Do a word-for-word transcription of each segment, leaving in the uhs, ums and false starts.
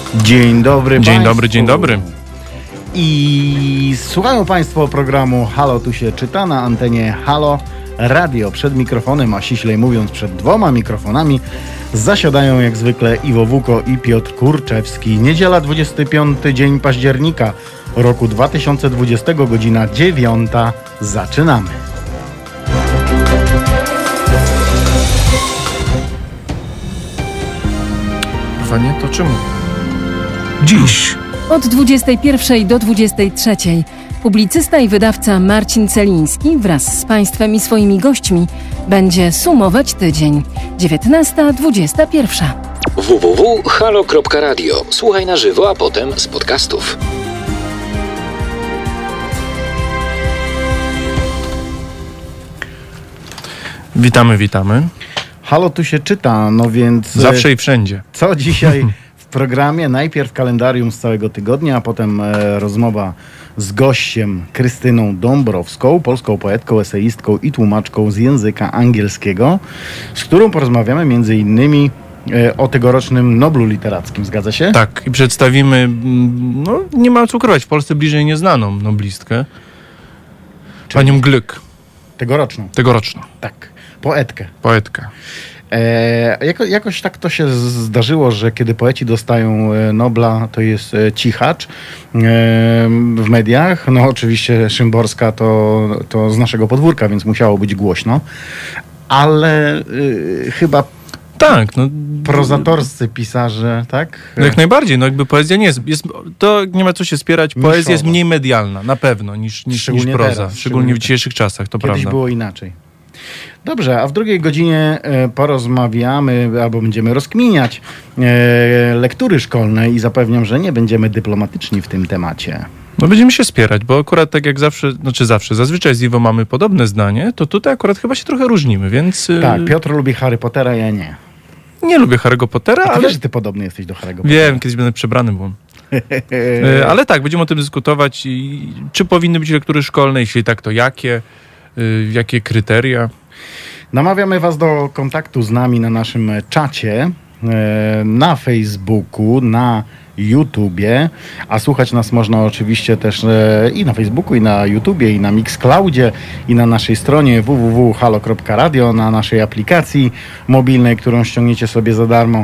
Dzień dobry Dzień Państwu. dobry, dzień dobry. I słuchają Państwo programu Halo, tu się czyta na antenie Halo Radio. Przed mikrofonem, a ściślej mówiąc przed dwoma mikrofonami, zasiadają jak zwykle Iwo Wuko i Piotr Kurczewski. Niedziela, dwudziesty piąty dzień października roku dwa tysiące dwudziestego, godzina dziewiąta. Zaczynamy. Panie, to czemu? Dziś Od dwudziestej pierwszej do dwudziestej trzeciej publicysta i wydawca Marcin Celiński wraz z Państwem i swoimi gośćmi będzie sumować tydzień. dziewiętnasta dwudziesta pierwsza. w w w kropka halo kropka radio. Słuchaj na żywo, a potem z podcastów. Witamy, witamy. Halo, tu się czyta, no więc... Zawsze i wszędzie. Co dzisiaj w programie? Najpierw kalendarium z całego tygodnia, a potem e, rozmowa z gościem Krystyną Dąbrowską, polską poetką, eseistką i tłumaczką z języka angielskiego, z którą porozmawiamy między innymi e, o tegorocznym Noblu Literackim. Zgadza się? Tak, i przedstawimy, mm, no nie ma co ukrywać, w Polsce bliżej nieznaną noblistkę. Panią Glück. Tegoroczną. Tegoroczną. Tak. Poetkę. Poetka. E, jako, jakoś tak to się zdarzyło, że kiedy poeci dostają Nobla, to jest cichacz e, w mediach. No oczywiście Szymborska to, to z naszego podwórka, więc musiało być głośno. Ale e, chyba Tak, no. prozatorscy pisarze, tak? No jak najbardziej, no jakby poezja nie jest, jest to nie ma co się spierać, poezja Niszowa. jest mniej medialna, na pewno, niż, niż, niż Szczególnie proza. teraz, szczególnie szczególnie w dzisiejszych czasach, to Kiedyś prawda. było inaczej. Dobrze, a w drugiej godzinie e, porozmawiamy, albo będziemy rozkminiać e, lektury szkolne i zapewniam, że nie będziemy dyplomatyczni w tym temacie. No będziemy się spierać, bo akurat tak jak zawsze, znaczy zawsze, zazwyczaj z Iwo mamy podobne zdanie, to tutaj akurat chyba się trochę różnimy, więc... y, Tak, Piotr lubi Harry Pottera, ja nie. Nie lubię Harry'ego Pottera, A ty ale... wiesz, że ty podobny jesteś do Harry'ego Pottera. Wiem, kiedyś będę przebrany byłem. Y, ale tak, będziemy o tym dyskutować, i czy powinny być lektury szkolne, jeśli tak, to jakie, y, jakie kryteria. Namawiamy was do kontaktu z nami na naszym czacie, e, na Facebooku, na YouTubie, a słuchać nas można oczywiście też e, i na Facebooku, i na YouTubie, i na Mixcloudzie, i na naszej stronie w w w kropka halo kropka radio, na naszej aplikacji mobilnej, którą ściągniecie sobie za darmo.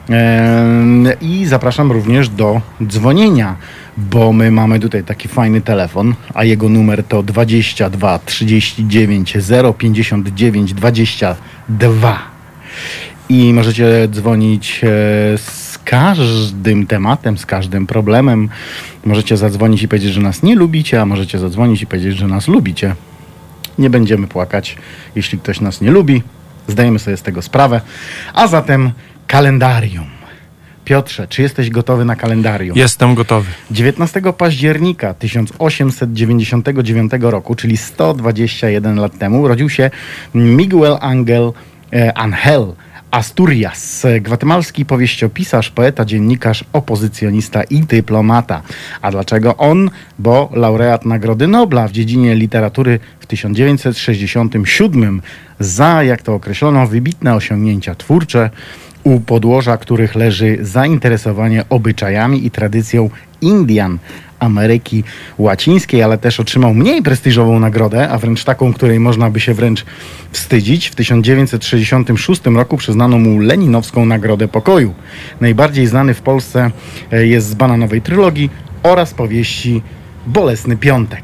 E, I zapraszam również do dzwonienia, bo my mamy tutaj taki fajny telefon, a jego numer to dwadzieścia dwa trzydzieści dziewięć zero pięćdziesiąt dziewięć dwadzieścia dwa. I możecie dzwonić e, z każdym tematem, z każdym problemem. Możecie zadzwonić i powiedzieć, że nas nie lubicie, a możecie zadzwonić i powiedzieć, że nas lubicie. Nie będziemy płakać, jeśli ktoś nas nie lubi. Zdajemy sobie z tego sprawę. A zatem kalendarium. Piotrze, czy jesteś gotowy na kalendarium? Jestem gotowy. dziewiętnastego października tysiąc osiemset dziewięćdziesiątego dziewiątego roku, czyli sto dwadzieścia jeden lat temu, urodził się Miguel Angel e, Angel Asturias, gwatemalski powieściopisarz, poeta, dziennikarz, opozycjonista i dyplomata. A dlaczego on? Bo laureat Nagrody Nobla w dziedzinie literatury w tysiąc dziewięćset sześćdziesiątym siódmym za, jak to określono, wybitne osiągnięcia twórcze, u podłoża których leży zainteresowanie obyczajami i tradycją Indian Ameryki Łacińskiej, ale też otrzymał mniej prestiżową nagrodę, a wręcz taką, której można by się wręcz wstydzić. W tysiąc dziewięćset sześćdziesiątym szóstym roku przyznano mu Leninowską Nagrodę Pokoju. Najbardziej znany w Polsce jest z Bananowej Trylogii oraz powieści Bolesny Piątek.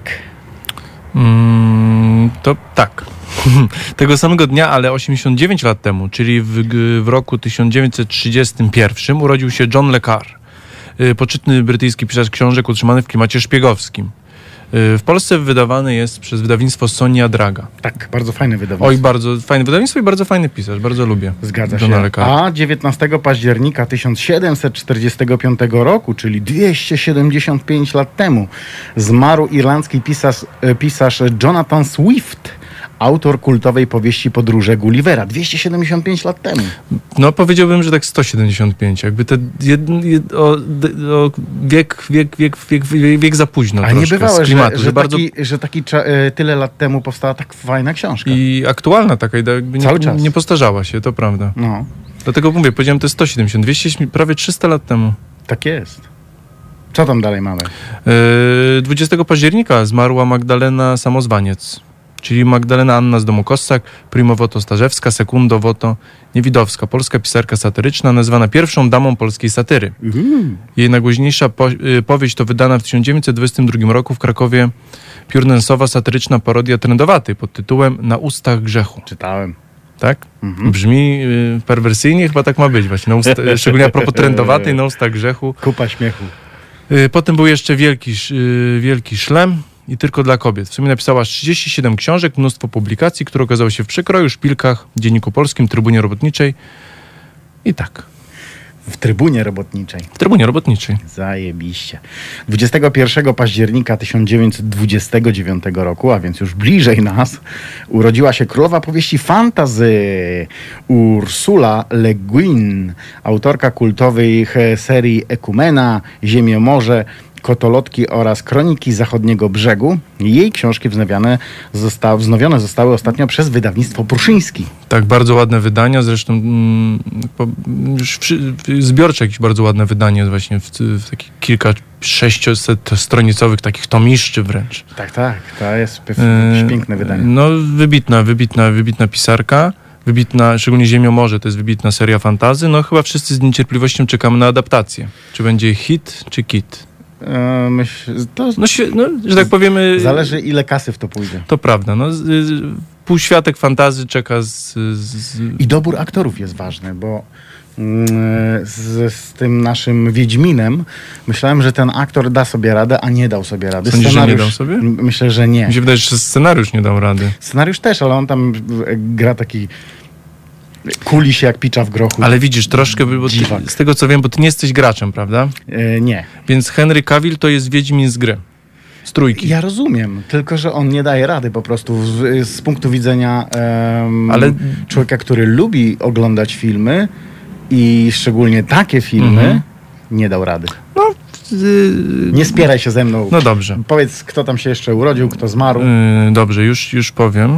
Mm, to tak. Tego samego dnia, ale osiemdziesiąt dziewięć lat temu, czyli w, w roku tysiąc dziewięćset trzydziestym pierwszym, urodził się John Le Carre, poczytny brytyjski pisarz książek utrzymany w klimacie szpiegowskim. W Polsce wydawany jest przez wydawnictwo Sonia Draga. Tak, bardzo fajne wydawnictwo. Oj, bardzo fajne wydawnictwo i bardzo fajny pisarz, bardzo lubię. Zgadza Johna się. Le Carre. A dziewiętnastego października tysiąc siedemset czterdziestego piątego roku, czyli dwieście siedemdziesiąt pięć lat temu, zmarł irlandzki pisarz, pisarz Jonathan Swift, autor kultowej powieści Podróże Gullivera. dwieście siedemdziesiąt pięć lat temu. No powiedziałbym, że tak sto siedemdziesiąt pięć. Jakby te jed, jed, o, o wiek, wiek, wiek, wiek, wiek, wiek za późno. A troszkę, nie bywało, z klimatu, że, że, że bardzo... taki, że taki cza, y, tyle lat temu powstała tak fajna książka. I aktualna taka, jakby Cały nie, czas. nie postarzała się, to prawda. No. Dlatego mówię, powiedziałem, to jest sto siedemdziesiąt, dwieście, prawie trzysta lat temu. Tak jest. Co tam dalej mamy? Yy, dwudziestego października zmarła Magdalena Samozwaniec, czyli Magdalena Anna z domu Kossak, primo voto Starzewska, secundo voto Niewidowska, polska pisarka satyryczna, nazwana pierwszą damą polskiej satyry. Uhu. Jej najgłośniejsza po, y, powieść to wydana w tysiąc dziewięćset dwudziestym drugim roku w Krakowie piórnęsowa satyryczna parodia Trendowaty pod tytułem Na ustach grzechu. Czytałem. Tak? Mhm. Brzmi y, perwersyjnie, chyba tak ma być właśnie. Na usta, szczególnie a propos Trendowatej, Na ustach grzechu. Kupa śmiechu. Y, potem był jeszcze Wielki, y, Wielki Szlem i Tylko dla kobiet. W sumie napisała trzydzieści siedem książek, mnóstwo publikacji, które okazały się w Przekroju, Szpilkach, Dzienniku Polskim, Trybunie Robotniczej i tak. W Trybunie Robotniczej. W Trybunie Robotniczej. Zajebiście. dwudziestego pierwszego października tysiąc dziewięćset dwudziestego dziewiątego roku, a więc już bliżej nas, urodziła się królowa powieści fantasy Ursula Le Guin, autorka kultowej serii Ekumena, Ziemiomorze, Kotolotki oraz Kroniki Zachodniego Brzegu. Jej książki wznowione, zosta- wznowione zostały ostatnio przez wydawnictwo Pruszyński. Tak, bardzo ładne wydania, zresztą mm, po, już przy, zbiorcze jakieś bardzo ładne wydanie właśnie w, w takich kilka, sześciosetstronicowych takich tomiszczy wręcz. Tak, tak, to jest pe- E, piękne wydanie. No wybitna, wybitna, wybitna pisarka, wybitna, szczególnie Ziemiomorze, to jest wybitna seria fantasy. No chyba wszyscy z niecierpliwością czekamy na adaptację. Czy będzie hit, czy kit? E, myśl, to No, świe- no że tak powiemy... zależy, ile kasy w to pójdzie. To prawda, no z, z, półświatek fantazy czeka z... z I dobór aktorów jest ważny, bo mm, z, z tym naszym Wiedźminem myślałem, że ten aktor da sobie radę, a nie dał sobie rady. Sądzisz, że nie dał sobie? m- Myślę, że nie. Mi się wydaje, że scenariusz nie dał rady. Scenariusz też, ale on tam gra taki... Kuli się jak picza w grochu. Ale widzisz, troszkę, bo ty, Dziwak. z tego co wiem, bo ty nie jesteś graczem, prawda? E, nie. Więc Henry Cavill to jest Wiedźmin z gry. Z trójki. Ja rozumiem, tylko że on nie daje rady po prostu z, z punktu widzenia em, Ale- człowieka, który lubi oglądać filmy i szczególnie takie filmy, Mhm. nie dał rady. No, yy, Nie spieraj się ze mną. no dobrze. Powiedz, kto tam się jeszcze urodził, kto zmarł. Yy, dobrze, już, już powiem.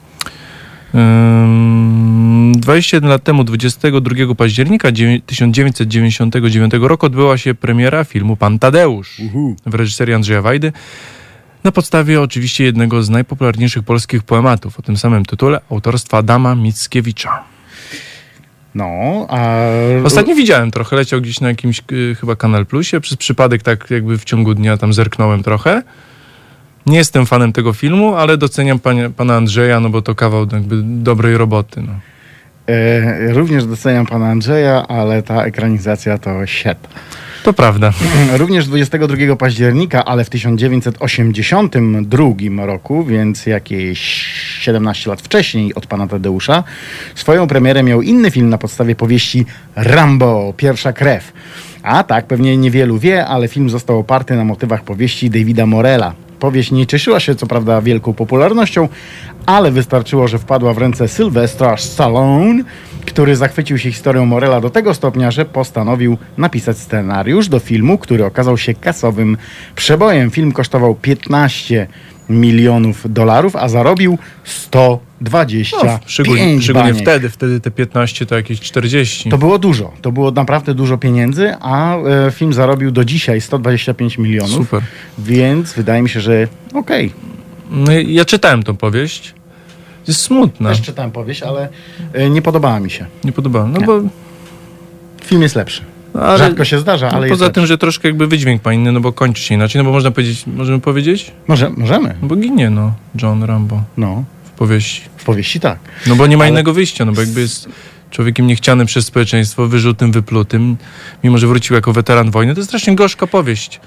Ym, dwadzieścia jeden lat temu, dwudziestego drugiego października dziewię- tysiąc dziewięćset dziewięćdziesiątego dziewiątego roku odbyła się premiera filmu Pan Tadeusz Uhu. w reżyserii Andrzeja Wajdy na podstawie oczywiście jednego z najpopularniejszych polskich poematów o tym samym tytule autorstwa Adama Mickiewicza. No, a... Ostatnio widziałem trochę, leciał gdzieś na jakimś y, chyba Kanal Plusie, przez przypadek tak jakby w ciągu dnia tam zerknąłem trochę. Nie jestem fanem tego filmu, ale doceniam panie, pana Andrzeja, no bo to kawał jakby dobrej roboty. No. E, również doceniam pana Andrzeja, ale ta ekranizacja to shit. To prawda. Również dwudziestego drugiego października, ale w tysiąc dziewięćset osiemdziesiątym drugim roku, więc jakieś siedemnaście lat wcześniej od pana Tadeusza, swoją premierę miał inny film na podstawie powieści Rambo, Pierwsza krew. A tak, pewnie niewielu wie, ale film został oparty na motywach powieści Davida Morella. Powieść nie cieszyła się co prawda wielką popularnością, ale wystarczyło, że wpadła w ręce Sylvestra Stallone, który zachwycił się historią Morella do tego stopnia, że postanowił napisać scenariusz do filmu, który okazał się kasowym przebojem. Film kosztował piętnaście milionów dolarów, a zarobił sto dwadzieścia pięć. No, szczególnie szczególnie baniek. wtedy, wtedy te piętnaście to jakieś czterdzieści. To było dużo. To było naprawdę dużo pieniędzy, a e, film zarobił do dzisiaj sto dwadzieścia pięć milionów. Super. Więc wydaje mi się, że okej. No, ja czytałem tą powieść. Jest smutna. Też czytałem powieść, ale e, nie podobała mi się. Nie podobała. No Nie. bo... Film jest lepszy. Ale, Rzadko się zdarza, ale no, jest poza tym, lepszy. że troszkę jakby wydźwięk ma inny, no bo kończy się inaczej. No bo można powiedzieć, możemy powiedzieć? Może, możemy. No bo ginie, no, John Rambo No, w powieści. w powieści tak. No bo nie ma Ale- innego wyjścia, no bo jakby jest człowiekiem niechcianym przez społeczeństwo, wyrzutym, wyplutym, mimo że wrócił jako weteran wojny. To jest strasznie gorzka powieść.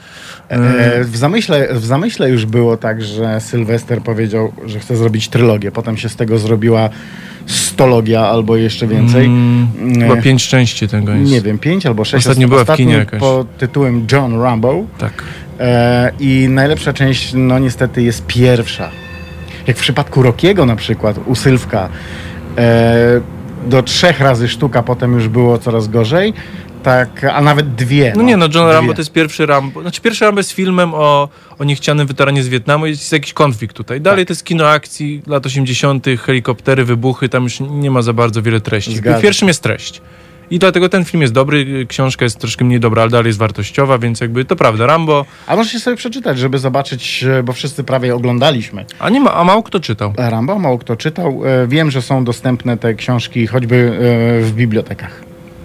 E, w, zamyśle, w zamyśle już było tak, że Sylwester powiedział, że chce zrobić trylogię. Potem się z tego zrobiła stologia albo jeszcze więcej. Mm, E, chyba pięć części tego jest. Nie wiem, pięć albo sześć. Ostatnio była w Ostatni kinie jakaś. pod tytułem John Rambo. Tak. E, I najlepsza część, no niestety, jest pierwsza. Jak w przypadku Rockiego na przykład, u Sylwka, e, do trzech razy sztuka, potem już było coraz gorzej. Tak, a nawet dwie. No nie, no John dwie. Rambo to jest pierwszy Rambo. Znaczy pierwszy Rambo jest filmem o, o niechcianym weteranie z Wietnamu. Jest jakiś konflikt tutaj. Dalej Tak. to jest kino akcji, lat osiemdziesiątych, helikoptery, wybuchy. Tam już nie ma za bardzo wiele treści. Zgadza W pierwszym jest treść. I dlatego ten film jest dobry, książka jest troszkę mniej dobra, ale dalej jest wartościowa, więc jakby to prawda, Rambo... A możecie sobie przeczytać, żeby zobaczyć, bo wszyscy prawie oglądaliśmy. A, nie ma, a mało kto czytał. Rambo, mało kto czytał. Wiem, że są dostępne te książki choćby w bibliotekach.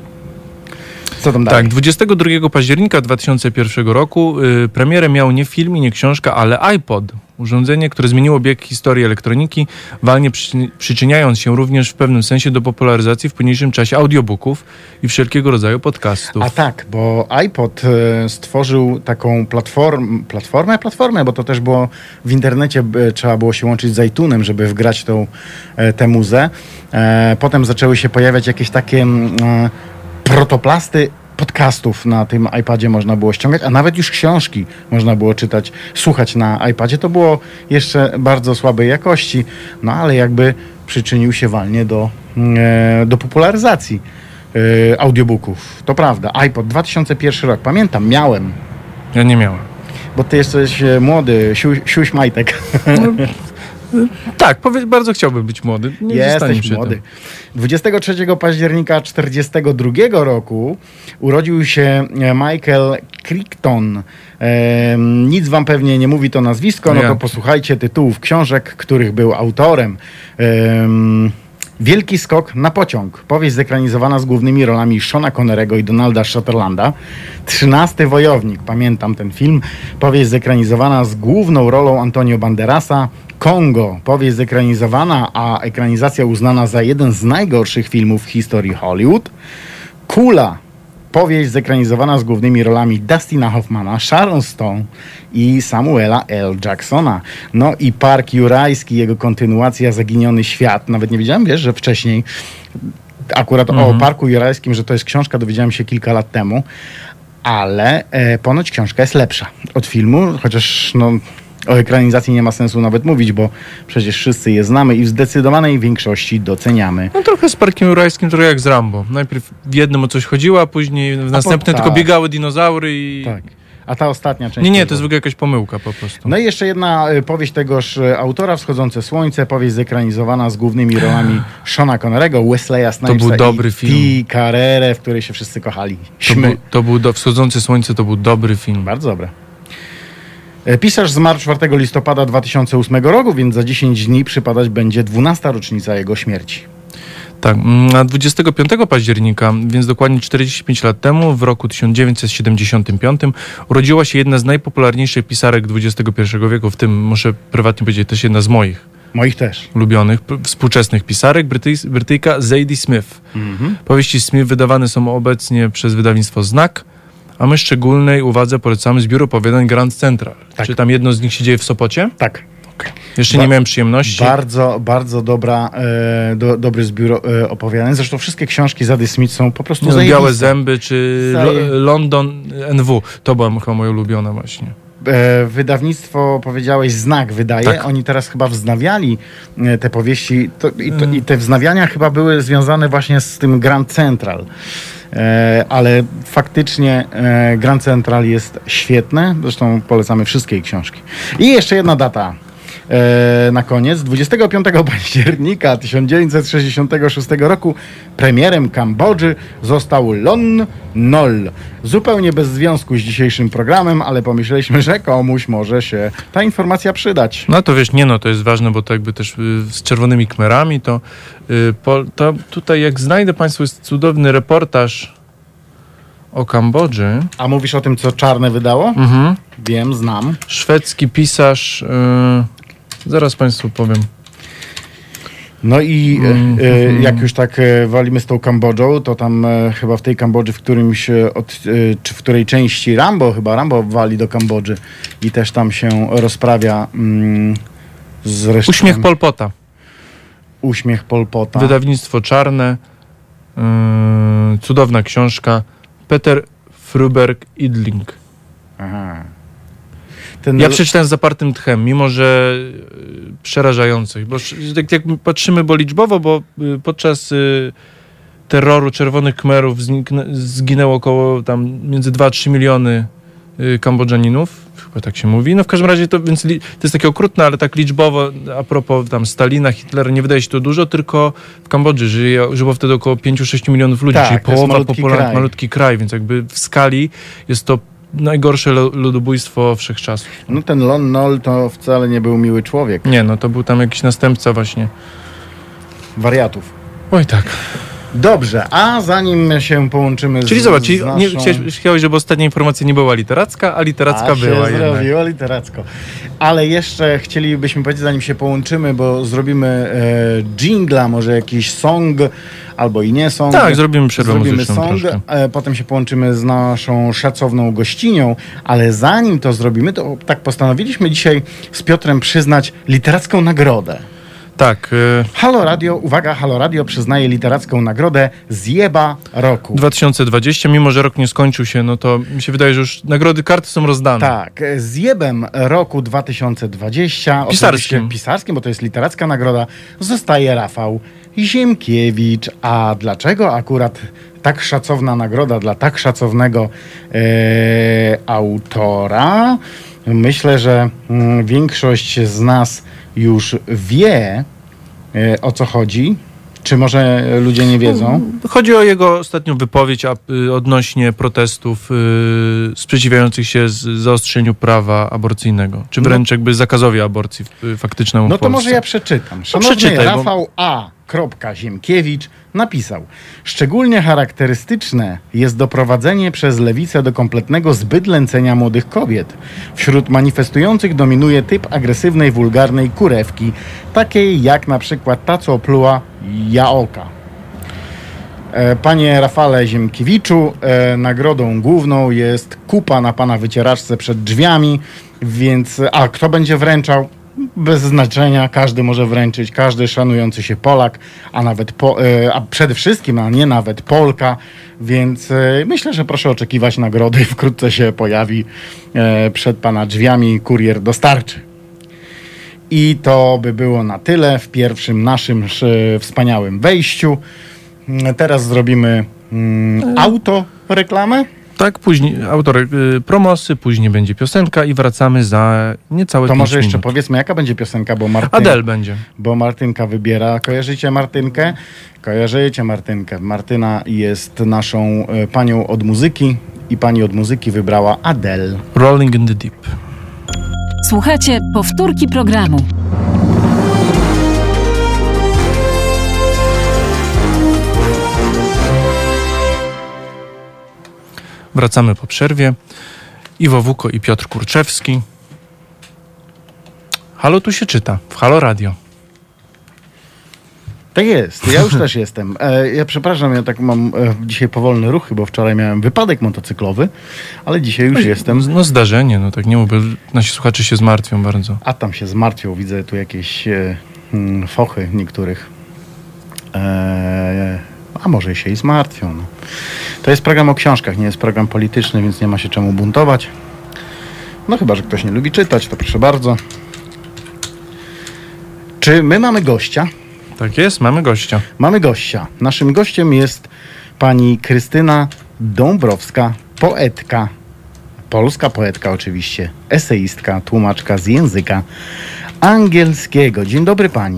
Co tam dalej? Tak, dwudziestego drugiego października dwa tysiące pierwszego roku y, premierę miał nie film i nie książka, ale iPod. Urządzenie, które zmieniło bieg historii elektroniki, walnie przy, przyczyniając się również w pewnym sensie do popularyzacji w późniejszym czasie audiobooków i wszelkiego rodzaju podcastów. A tak, bo iPod y, stworzył taką platform, platformę, platformę, bo to też było w internecie, y, trzeba było się łączyć z iTunesem, żeby wgrać tą, y, tę muzę. E, potem zaczęły się pojawiać jakieś takie y, protoplasty podcastów na tym iPadzie można było ściągać, a nawet już książki można było czytać, słuchać na iPadzie. To było jeszcze bardzo słabej jakości, no ale jakby przyczynił się walnie do, e, do popularyzacji e, audiobooków. To prawda. iPod, dwa tysiące pierwszy rok. Pamiętam, miałem. Ja nie miałem. Bo ty jesteś młody, siu, siuś majtek. No, tak, powiedz, bardzo chciałbym być młody. Nie Jesteś młody. dwudziestego trzeciego października czterdziestego drugiego roku urodził się Michael Crichton. E, nic wam pewnie nie mówi to nazwisko, no to posłuchajcie tytułów książek, których był autorem. E, Wielki skok na pociąg. Powieść zekranizowana z głównymi rolami Seana Connerego i Donalda Sutherlanda. Trzynasty wojownik. Pamiętam ten film. Powieść zekranizowana z główną rolą Antonio Banderasa. Kongo. Powieść zekranizowana, a ekranizacja uznana za jeden z najgorszych filmów w historii Hollywood. Kula. Powieść zekranizowana z głównymi rolami Dustina Hoffmana, Sharon Stone i Samuela L. Jacksona. No i Park Jurajski, jego kontynuacja Zaginiony świat. Nawet nie wiedziałem, wiesz, że wcześniej akurat mhm. o Parku Jurajskim, że to jest książka, dowiedziałem się kilka lat temu, ale e, ponoć książka jest lepsza od filmu, chociaż no... O ekranizacji nie ma sensu nawet mówić, bo przecież wszyscy je znamy i w zdecydowanej większości doceniamy. No trochę z Parkiem Jurajskim, trochę jak z Rambo. Najpierw w jednym o coś chodziło, a później w następnym po, tylko tak. biegały dinozaury i... Tak. A ta ostatnia część... Nie, nie, to jest w ogóle jakaś pomyłka po prostu. No i jeszcze jedna powieść tegoż autora, Wschodzące słońce, powieść zekranizowana z głównymi rolami Seana Connerego, Wesleya Snipesa to był dobry i film. Carrere, w której się wszyscy kochali. To był, to był do, Wschodzące słońce to był dobry film. Bardzo dobre. Pisarz zmarł czwartego listopada dwa tysiące ósmego roku, więc za dziesięć dni przypadać będzie dwunasta rocznica jego śmierci. Tak, na dwudziestego piątego października, więc dokładnie czterdzieści pięć lat temu, w roku tysiąc dziewięćset siedemdziesiątym piątym, urodziła się jedna z najpopularniejszych pisarek dwudziestego pierwszego wieku, w tym muszę prywatnie powiedzieć, też jedna z moich. Moich też. Ulubionych, współczesnych pisarek, Brytyj, Brytyjka Zadie Smith. Mhm. Powieści Smith wydawane są obecnie przez wydawnictwo Znak, a my szczególnej uwadze polecamy zbiór opowiadań Grand Central. Tak. Czy tam jedno z nich się dzieje w Sopocie? Tak. Okay. Jeszcze ba- nie miałem przyjemności. Bardzo, bardzo dobra, e, do, dobry zbiór e, opowiadań. Zresztą wszystkie książki Zadie Smith są po prostu no, Białe zęby, czy Zaje... London N W. To była chyba moja ulubiona właśnie. E, wydawnictwo, powiedziałeś, Znak wydaje. Tak. Oni teraz chyba wznawiali e, te powieści to, i, to, i te wznawiania chyba były związane właśnie z tym Grand Central. E, ale faktycznie e, Grand Central jest świetne. Zresztą polecamy wszystkie książki. I jeszcze jedna data. E, na koniec, dwudziestego piątego października tysiąc dziewięćset sześćdziesiątego szóstego roku premierem Kambodży został Lon Nol. Zupełnie bez związku z dzisiejszym programem, ale pomyśleliśmy, że komuś może się ta informacja przydać. No to wiesz, nie no, to jest ważne, bo to jakby też y, z czerwonymi kmerami, to, y, po, to tutaj jak znajdę Państwu jest cudowny reportaż o Kambodży. A mówisz o tym, co Czarne wydało? Mhm. Wiem, znam. Szwedzki pisarz... Y, Zaraz Państwu powiem. No i mm, e, jak już tak e, walimy z tą Kambodżą, to tam e, chyba w tej Kambodży, w którymś, e, od, e, czy w której części Rambo, chyba Rambo wali do Kambodży i też tam się rozprawia mm, z resztą. Uśmiech Pol Pota. Uśmiech Pol Pota. Wydawnictwo Czarne. Yy, cudowna książka. Peter Fruberg Idling. Aha. Ten... Ja przeczytałem z zapartym tchem, mimo że y, przerażających, bo jak, jak patrzymy, bo liczbowo, bo y, podczas y, terroru Czerwonych Khmerów zniknę, zginęło około tam między dwa a trzy miliony y, Kambodżaninów, chyba tak się mówi. No w każdym razie to, więc li, to jest takie okrutne, ale tak liczbowo, a propos tam Stalina, Hitlera, nie wydaje się to dużo, tylko w Kambodży żyje, żyło wtedy około pięć do sześciu milionów ludzi, Tak, czyli to jest połowa malutki populacji, kraj. malutki kraj, więc jakby w skali jest to najgorsze lo- ludobójstwo wszechczasów. No ten Lon Nol to wcale nie był miły człowiek. Nie, no to był tam jakiś następca właśnie. Wariatów. Oj tak. Dobrze, a zanim się połączymy z Czyli zobacz, czyli z naszą... nie, chciałeś, chciałeś, żeby ostatnia informacja nie była literacka, a literacka a była się jednak. zrobiło literacko. Ale jeszcze chcielibyśmy powiedzieć, zanim się połączymy, bo zrobimy e, jingla, może jakiś song, albo i nie song. Tak, zrobimy przerwę Zrobimy muzyczną song, troszkę. e, potem się połączymy z naszą szacowną gościnią, ale zanim to zrobimy, to tak postanowiliśmy dzisiaj z Piotrem przyznać literacką nagrodę. Tak, y, Halo Radio, uwaga, Halo Radio przyznaje literacką nagrodę Zjeba Roku. dwa tysiące dwudziesty, mimo że rok nie skończył się, no to mi się wydaje, że już nagrody, karty są rozdane. Tak, zjebem roku dwa tysiące dwudziesty, Pisarskim. oczywiście pisarskim, bo to jest literacka nagroda, zostaje Rafał Ziemkiewicz. A dlaczego akurat tak szacowna nagroda dla tak szacownego e, autora? Myślę, że mm, większość z nas już wie, e, o co chodzi. Czy może ludzie nie wiedzą? Chodzi o jego ostatnią wypowiedź a, y, odnośnie protestów y, sprzeciwiających się z, zaostrzeniu prawa aborcyjnego, czy wręcz jakby zakazowi aborcji y, faktycznemu No w to Polsce. może ja przeczytam. Szanowny przeczytaj, bo- Rafał A. Ziemkiewicz napisał: szczególnie charakterystyczne jest doprowadzenie przez lewicę do kompletnego zbydlęcenia młodych kobiet. Wśród manifestujących dominuje typ agresywnej, wulgarnej kurewki, takiej jak na przykład ta, co opluła Jaoka. E, Panie Rafale Ziemkiewiczu, e, nagrodą główną jest kupa na pana wycieraczce przed drzwiami, więc... A kto będzie wręczał? Bez znaczenia, każdy może wręczyć, każdy szanujący się Polak, a nawet, po, e, a przede wszystkim, a nie nawet Polka, więc e, myślę, że proszę oczekiwać nagrody, wkrótce się pojawi e, przed pana drzwiami, kurier dostarczy. I to by było na tyle w pierwszym naszym sz, wspaniałym wejściu. Mm, Teraz zrobimy mm, autoreklamę. Tak, później autorek y, promosy, później będzie piosenka i wracamy za niecałe To pięć może jeszcze minut. powiedzmy, jaka będzie piosenka, bo Martyn... Adele będzie. Bo Martynka wybiera. Kojarzycie Martynkę? Kojarzycie Martynkę. Martyna jest naszą e, panią od muzyki i pani od muzyki wybrała Adele. Rolling in the Deep. Słuchacie powtórki programu. Wracamy po przerwie. Iwo Wuko i Piotr Kurczewski. Halo tu się czyta, w Halo Radio. Tak jest, ja już też jestem. E, ja przepraszam, ja tak mam e, dzisiaj powolny ruch, bo wczoraj miałem wypadek motocyklowy, ale dzisiaj już jestem. No zdarzenie, no tak nie mówię, nasi słuchacze się zmartwią bardzo. A tam się zmartwią, widzę tu jakieś e, mm, fochy niektórych. E, a może się i zmartwią. No. To jest program o książkach, nie jest program polityczny, więc nie ma się czemu buntować. No chyba, że ktoś nie lubi czytać, to proszę bardzo. Czy my mamy gościa? Tak jest, mamy gościa. Mamy gościa. Naszym gościem jest pani Krystyna Dąbrowska, poetka. Polska poetka oczywiście, eseistka, tłumaczka z języka angielskiego. Dzień dobry pani.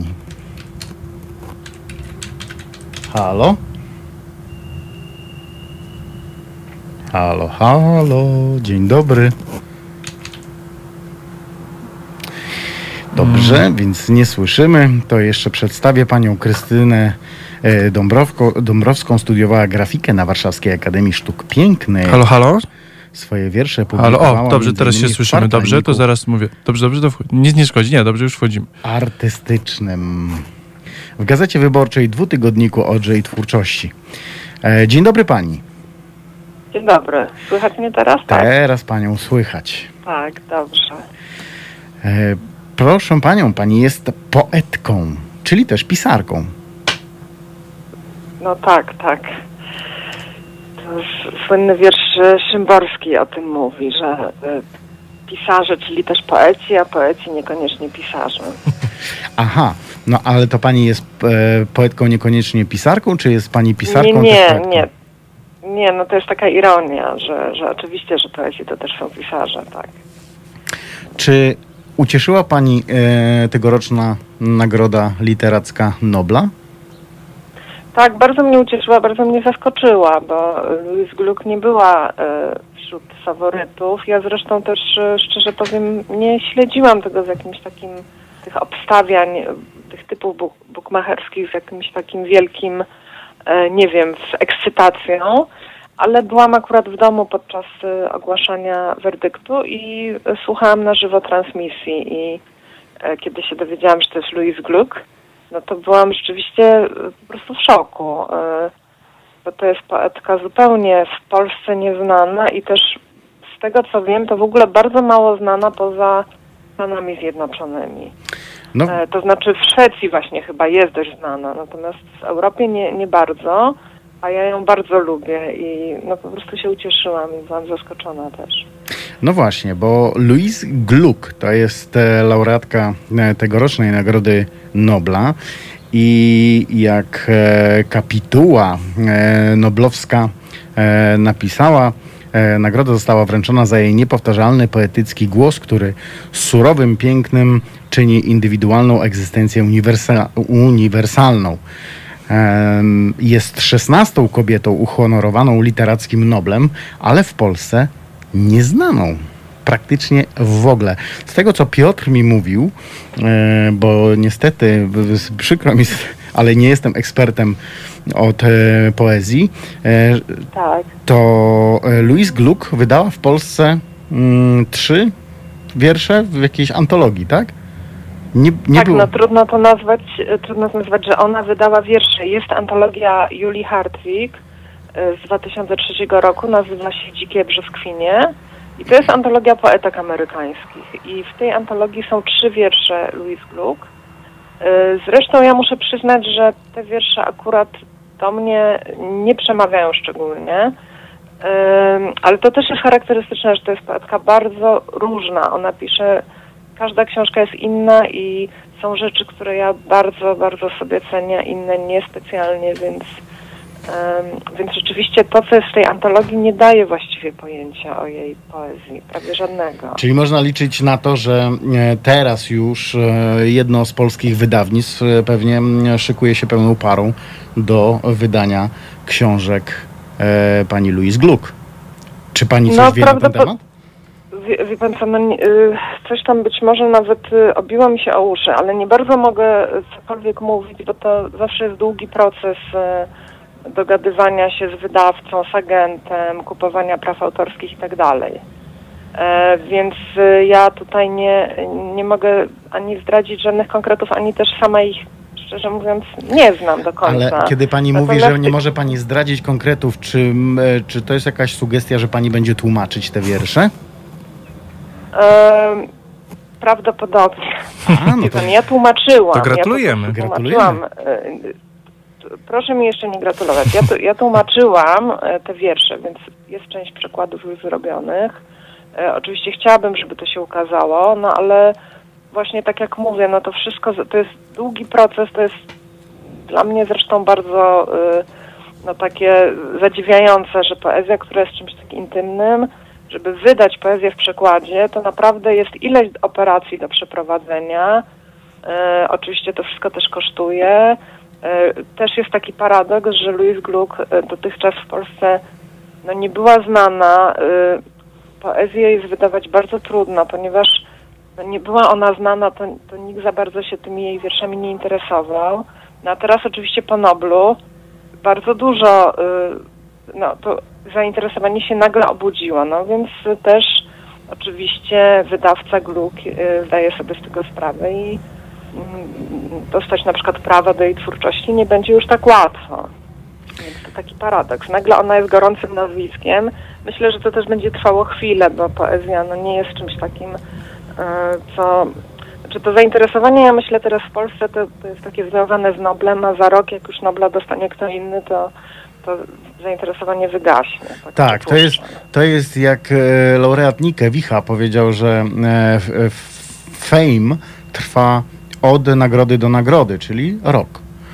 Halo? Halo, halo, dzień dobry. Dobrze, mm. więc nie słyszymy. To jeszcze przedstawię panią Krystynę e, Dąbrowko, Dąbrowską. Studiowała grafikę na Warszawskiej Akademii Sztuk Pięknych. Halo, halo? Swoje wiersze Halo, publikowała. o, dobrze, między teraz się innymi w słyszymy. Dobrze, to kwartalniku zaraz mówię. Dobrze, dobrze, to wchodzi. Nic nie szkodzi, nie, dobrze, już wchodzimy. artystycznym. W Gazecie Wyborczej, dwutygodniku Odrze i Twórczości. E, dzień dobry pani. Dzień dobry. Słychać mnie teraz? Tak. Teraz panią słychać. Tak, dobrze. E, proszę panią, pani jest poetką, czyli też pisarką. No tak, tak. To już słynny wiersz Szymborski o tym mówi, że y, pisarze, czyli też poeci, a poeci niekoniecznie pisarze. Aha, no ale to pani jest e, poetką niekoniecznie pisarką, czy jest pani pisarką? Nie, też nie, poetką? nie. Nie, no to jest taka ironia, że, że oczywiście, że poezji to też są pisarze, tak. Czy ucieszyła pani e, tegoroczna nagroda literacka Nobla? Tak, bardzo mnie ucieszyła, bardzo mnie zaskoczyła, bo Louise Gluck nie była e, wśród faworytów. Ja zresztą też, e, szczerze powiem, nie śledziłam tego z jakimś takim, tych obstawiań, tych typów buk- bukmacherskich z jakimś takim wielkim, e, nie wiem, z ekscytacją, ale byłam akurat w domu podczas e, ogłaszania werdyktu i e, słuchałam na żywo transmisji i e, kiedy się dowiedziałam, że to jest Louise Gluck, no to byłam rzeczywiście po prostu w szoku, bo to jest poetka zupełnie w Polsce nieznana i też z tego co wiem, to w ogóle bardzo mało znana poza Stanami Zjednoczonymi. No. To znaczy w Szwecji właśnie chyba jest dość znana, natomiast w Europie nie, nie bardzo, a ja ją bardzo lubię i no po prostu się ucieszyłam i byłam zaskoczona też. No właśnie, bo Louise Gluck to jest laureatka tegorocznej Nagrody Nobla i jak kapituła noblowska napisała, nagroda została wręczona za jej niepowtarzalny poetycki głos, który surowym pięknem czyni indywidualną egzystencję uniwersa- uniwersalną. Jest szesnastą kobietą uhonorowaną literackim Noblem, ale w Polsce nieznaną praktycznie w ogóle. Z tego, co Piotr mi mówił, bo niestety przykro mi, ale nie jestem ekspertem od poezji, tak. To Louise Gluck wydała w Polsce mm, trzy wiersze w jakiejś antologii, tak? Nie, nie tak, było... no trudno to nazwać, trudno to nazwać, że ona wydała wiersze. Jest antologia Julii Hartwig z dwa tysiące trzeciego roku, nazywa się Dzikie brzoskwinie i to jest antologia poetek amerykańskich i w tej antologii są trzy wiersze Louise Gluck. Zresztą ja muszę przyznać, że te wiersze akurat do mnie nie przemawiają szczególnie, ale to też jest charakterystyczne, że to jest poetka bardzo różna. Ona pisze, każda książka jest inna i są rzeczy, które ja bardzo, bardzo sobie cenię, inne niespecjalnie, więc Um, więc rzeczywiście to, co jest w tej antologii, nie daje właściwie pojęcia o jej poezji, prawie żadnego. Czyli można liczyć na to, że teraz już jedno z polskich wydawnictw pewnie szykuje się pełną parą do wydania książek e, pani Louise Gluck. Czy pani coś no, wie na ten temat? Wie, wie pan co, no, coś tam być może nawet obiło mi się o uszy, ale nie bardzo mogę cokolwiek mówić, bo to zawsze jest długi proces dogadywania się z wydawcą, z agentem, kupowania praw autorskich i tak dalej. E, więc ja tutaj nie, nie mogę ani zdradzić żadnych konkretów, ani też sama ich, szczerze mówiąc, nie znam do końca. Ale kiedy pani Natomiast... mówi, że nie może pani zdradzić konkretów, czy, czy to jest jakaś sugestia, że pani będzie tłumaczyć te wiersze? E, prawdopodobnie. A, no to... Ja tłumaczyłam. To gratulujemy. Ja Gratulujemy. Proszę mi jeszcze nie gratulować. Ja, to, ja tłumaczyłam te wiersze, więc jest część przekładów już zrobionych. E, oczywiście chciałabym, żeby to się ukazało, no ale właśnie tak jak mówię, no to wszystko, to jest długi proces, to jest dla mnie zresztą bardzo y, no takie zadziwiające, że poezja, która jest czymś tak intymnym, żeby wydać poezję w przekładzie, to naprawdę jest ileś operacji do przeprowadzenia. E, oczywiście to wszystko też kosztuje. Też jest taki paradoks, że Louise Gluck dotychczas w Polsce no, nie była znana. Poezję jest wydawać bardzo trudno, ponieważ no, nie była ona znana, to, to nikt za bardzo się tymi jej wierszami nie interesował. No a teraz oczywiście po Noblu bardzo dużo no, to zainteresowanie się nagle obudziło. No więc też oczywiście wydawca Gluck zdaje sobie z tego sprawę i dostać na przykład prawa do jej twórczości nie będzie już tak łatwo. Więc to taki paradoks. Nagle ona jest gorącym nazwiskiem. Myślę, że to też będzie trwało chwilę, bo poezja no, nie jest czymś takim, co... Znaczy to zainteresowanie, ja myślę teraz w Polsce, to, to jest takie związane z Noblem, a za rok, jak już Nobla dostanie kto inny, to, to zainteresowanie wygaśnie. Tak, tak to, jest, to jest jak e, laureat Nike Wicha powiedział, że e, f, fame trwa od nagrody do nagrody, czyli rok.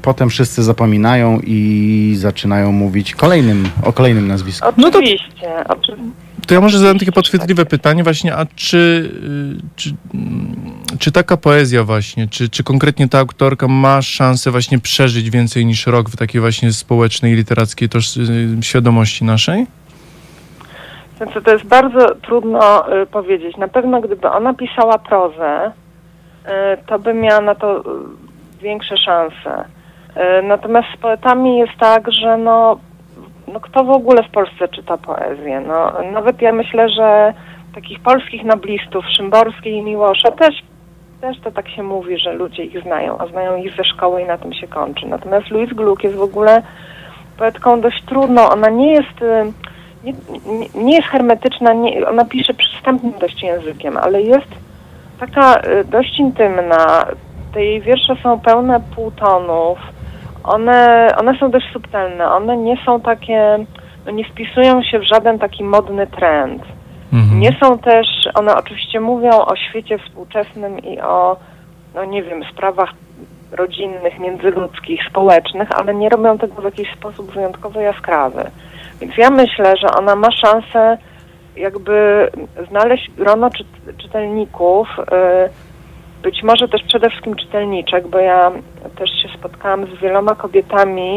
potem wszyscy zapominają i zaczynają mówić kolejnym, o kolejnym nazwisku. Oczywiście. No to... To ja może zadam takie podchwytliwe pytanie właśnie, a czy, czy, czy taka poezja właśnie, czy, czy konkretnie ta autorka ma szansę właśnie przeżyć więcej niż rok w takiej właśnie społecznej, literackiej toż, świadomości naszej? Znaczy, to jest bardzo trudno y, powiedzieć. Na pewno gdyby ona pisała prozę, y, to by miała na to y, większe szanse. Y, natomiast z poetami jest tak, że no, no kto w ogóle w Polsce czyta poezję? No, nawet ja myślę, że takich polskich noblistów, Szymborskiej i Miłosza, też, też to tak się mówi, że ludzie ich znają, a znają ich ze szkoły i na tym się kończy. Natomiast Louise Gluck jest w ogóle poetką dość trudną. Ona nie jest... Y, Nie, nie, nie jest hermetyczna, nie, ona pisze przystępnym dość językiem, ale jest taka y, dość intymna. Te jej wiersze są pełne półtonów. One, one są dość subtelne. One nie są takie, no nie wpisują się w żaden taki modny trend. Mhm. Nie są też, one oczywiście mówią o świecie współczesnym i o, no nie wiem, sprawach rodzinnych, międzyludzkich, społecznych, ale nie robią tego w jakiś sposób wyjątkowo jaskrawy. Więc ja myślę, że ona ma szansę jakby znaleźć grono czy, czytelników, być może też przede wszystkim czytelniczek, bo ja też się spotkałam z wieloma kobietami,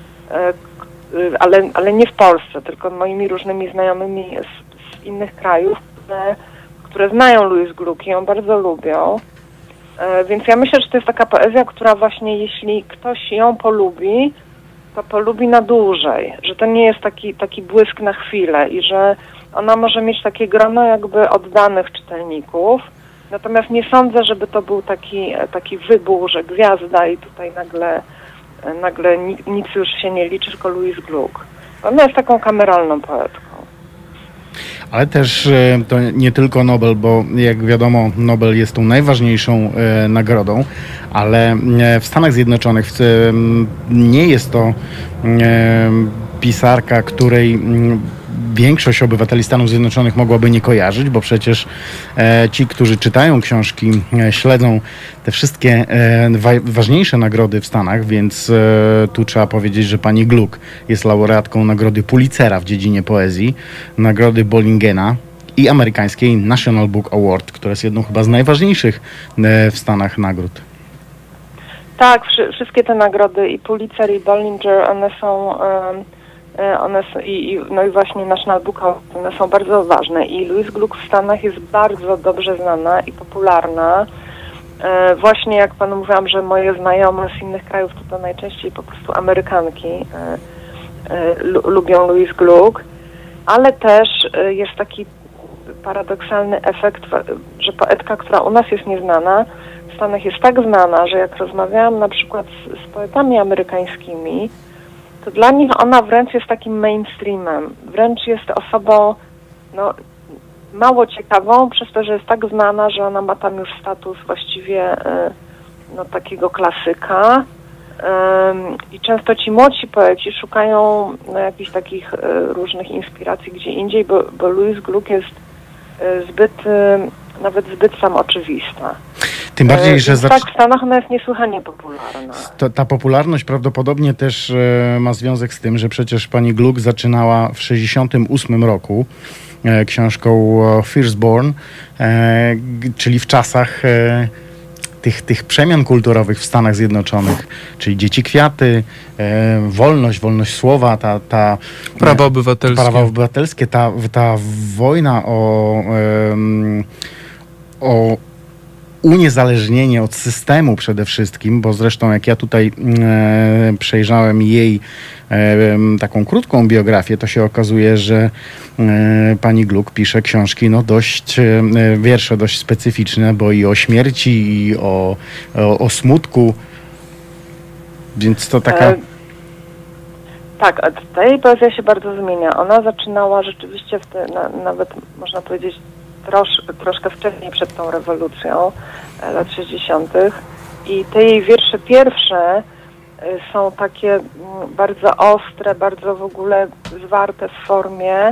ale, ale nie w Polsce, tylko moimi różnymi znajomymi z, z innych krajów, które, które znają Louise Gluck i ją bardzo lubią. Więc ja myślę, że to jest taka poezja, która właśnie jeśli ktoś ją polubi, to polubi na dłużej, że to nie jest taki, taki błysk na chwilę i że ona może mieć takie grono jakby oddanych czytelników, natomiast nie sądzę, żeby to był taki, taki wybuch, że gwiazda i tutaj nagle, nagle nic już się nie liczy, tylko Louise Gluck. Ona jest taką kameralną poetką. Ale też to nie tylko Nobel, bo jak wiadomo Nobel jest tą najważniejszą e, nagrodą, ale w Stanach Zjednoczonych e, nie jest to e, pisarka, której większość obywateli Stanów Zjednoczonych mogłaby nie kojarzyć, bo przecież e, ci, którzy czytają książki, e, śledzą te wszystkie e, wa- ważniejsze nagrody w Stanach, więc e, tu trzeba powiedzieć, że pani Gluck jest laureatką nagrody Pulitzera w dziedzinie poezji, nagrody Bollingena i amerykańskiej National Book Award, która jest jedną chyba z najważniejszych e, w Stanach nagród. Tak, wszy- wszystkie te nagrody i Pulitzer i Bollinger, one są... Um... One są, i, i, no i właśnie National Book Award, one są bardzo ważne i Louise Gluck w Stanach jest bardzo dobrze znana i popularna. E, właśnie jak panu mówiłam, że moje znajome z innych krajów to, to najczęściej po prostu Amerykanki e, e, lu, lubią Louise Gluck, ale też e, jest taki paradoksalny efekt, że poetka, która u nas jest nieznana, w Stanach jest tak znana, że jak rozmawiałam na przykład z, z poetami amerykańskimi, to dla nich ona wręcz jest takim mainstreamem. Wręcz jest osobą no, mało ciekawą, przez to, że jest tak znana, że ona ma tam już status właściwie no, takiego klasyka. I często ci młodsi poeci szukają no, jakichś takich różnych inspiracji gdzie indziej, bo, bo Louise Gluck jest zbyt, nawet zbyt sam oczywista. Tym bardziej, że... Zacz... Tak, w Stanach ona jest niesłychanie popularna. To, ta popularność prawdopodobnie też e, ma związek z tym, że przecież pani Gluck zaczynała w sześćdziesiątym ósmym roku e, książką Firstborn, e, czyli w czasach e, tych, tych przemian kulturowych w Stanach Zjednoczonych, czyli Dzieci Kwiaty, e, wolność, wolność słowa, ta... ta prawa obywatelskie. Prawa obywatelskie, ta, ta wojna o... E, o uniezależnienie od systemu przede wszystkim, bo zresztą jak ja tutaj e, przejrzałem jej e, taką krótką biografię, to się okazuje, że e, pani Gluck pisze książki, no dość, e, wiersze dość specyficzne, bo i o śmierci, i o, o, o smutku, więc to taka... E, tak, ta jej poezja się bardzo zmienia. Ona zaczynała rzeczywiście, w te, na, nawet można powiedzieć, Trosz, troszkę wcześniej przed tą rewolucją lat sześćdziesiątych i te jej wiersze pierwsze są takie bardzo ostre, bardzo w ogóle zwarte w formie.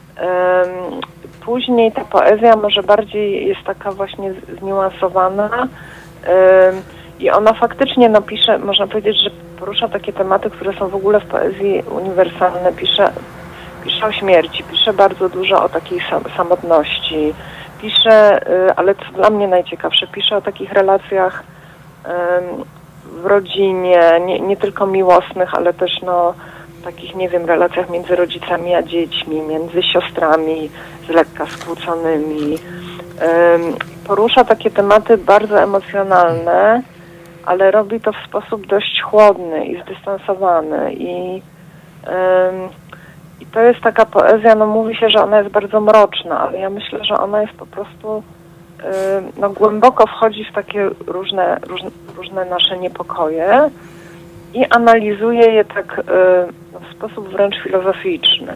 Później ta poezja może bardziej jest taka właśnie zniuansowana I ona faktycznie no, pisze, można powiedzieć, że porusza takie tematy, które są w ogóle w poezji uniwersalne. Pisze, pisze o śmierci, pisze bardzo dużo o takiej sam, samotności. Pisze, y, ale co dla mnie najciekawsze, pisze o takich relacjach y, w rodzinie, nie, nie tylko miłosnych, ale też no, takich, nie wiem, relacjach między rodzicami a dziećmi, między siostrami z lekka skłóconymi. Porusza takie tematy bardzo emocjonalne, ale robi to w sposób dość chłodny i zdystansowany. I, i to jest taka poezja, no mówi się, że ona jest bardzo mroczna, ale ja myślę, że ona jest po prostu, no głęboko wchodzi w takie różne, różne, różne nasze niepokoje i analizuje je tak w sposób wręcz filozoficzny.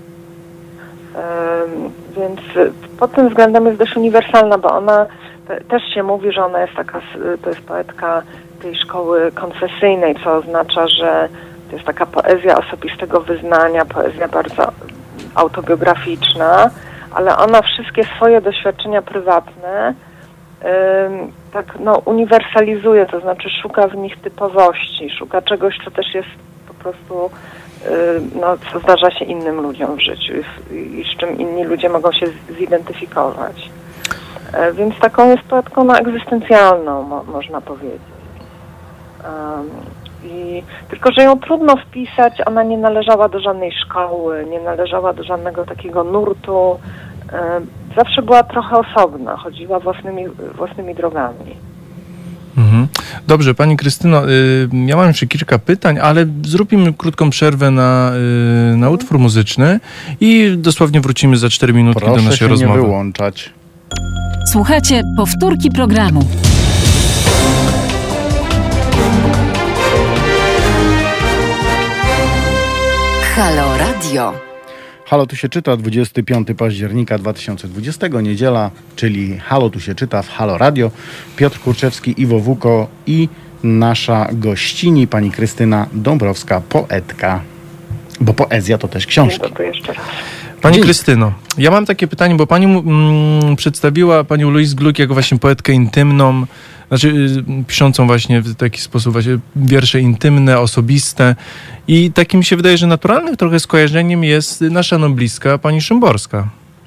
Więc pod tym względem jest dość uniwersalna, bo ona te, też się mówi, że ona jest taka, to jest poetka tej szkoły koncesyjnej, co oznacza, że to jest taka poezja osobistego wyznania, poezja bardzo autobiograficzna, ale ona wszystkie swoje doświadczenia prywatne ym, tak no, uniwersalizuje, to znaczy szuka w nich typowości, szuka czegoś, co też jest po prostu no, co zdarza się innym ludziom w życiu i, i z czym inni ludzie mogą się zidentyfikować. E, więc taką jest poetką no, egzystencjalną, mo, można powiedzieć. Um, i, tylko, że ją trudno wpisać, ona nie należała do żadnej szkoły, nie należała do żadnego takiego nurtu. E, zawsze była trochę osobna, chodziła własnymi, własnymi drogami. Mhm. Dobrze, Pani Krystyno, y, ja mam jeszcze kilka pytań, ale zróbmy krótką przerwę na, y, na utwór muzyczny i dosłownie wrócimy za cztery minutki Proszę do naszej się rozmowy. nie wyłączać. Słuchajcie powtórki programu. Halo Radio. Halo, tu się czyta, dwudziestego piątego października dwa tysiące dwudziestego, niedziela, czyli Halo, tu się czyta w Halo Radio. Piotr Kurczewski, Iwo Wuko i nasza gościni, pani Krystyna Dąbrowska, poetka. Bo poezja to też książki. Dzień dobry jeszcze raz. Pani Dzień. Krystyno, ja mam takie pytanie, bo Pani mm, przedstawiła Panią Louise Gluck jako właśnie poetkę intymną, znaczy y, piszącą właśnie w taki sposób właśnie wiersze intymne, osobiste i takim mi się wydaje, że naturalnym trochę skojarzeniem jest nasza nobliska, Pani Szymborska.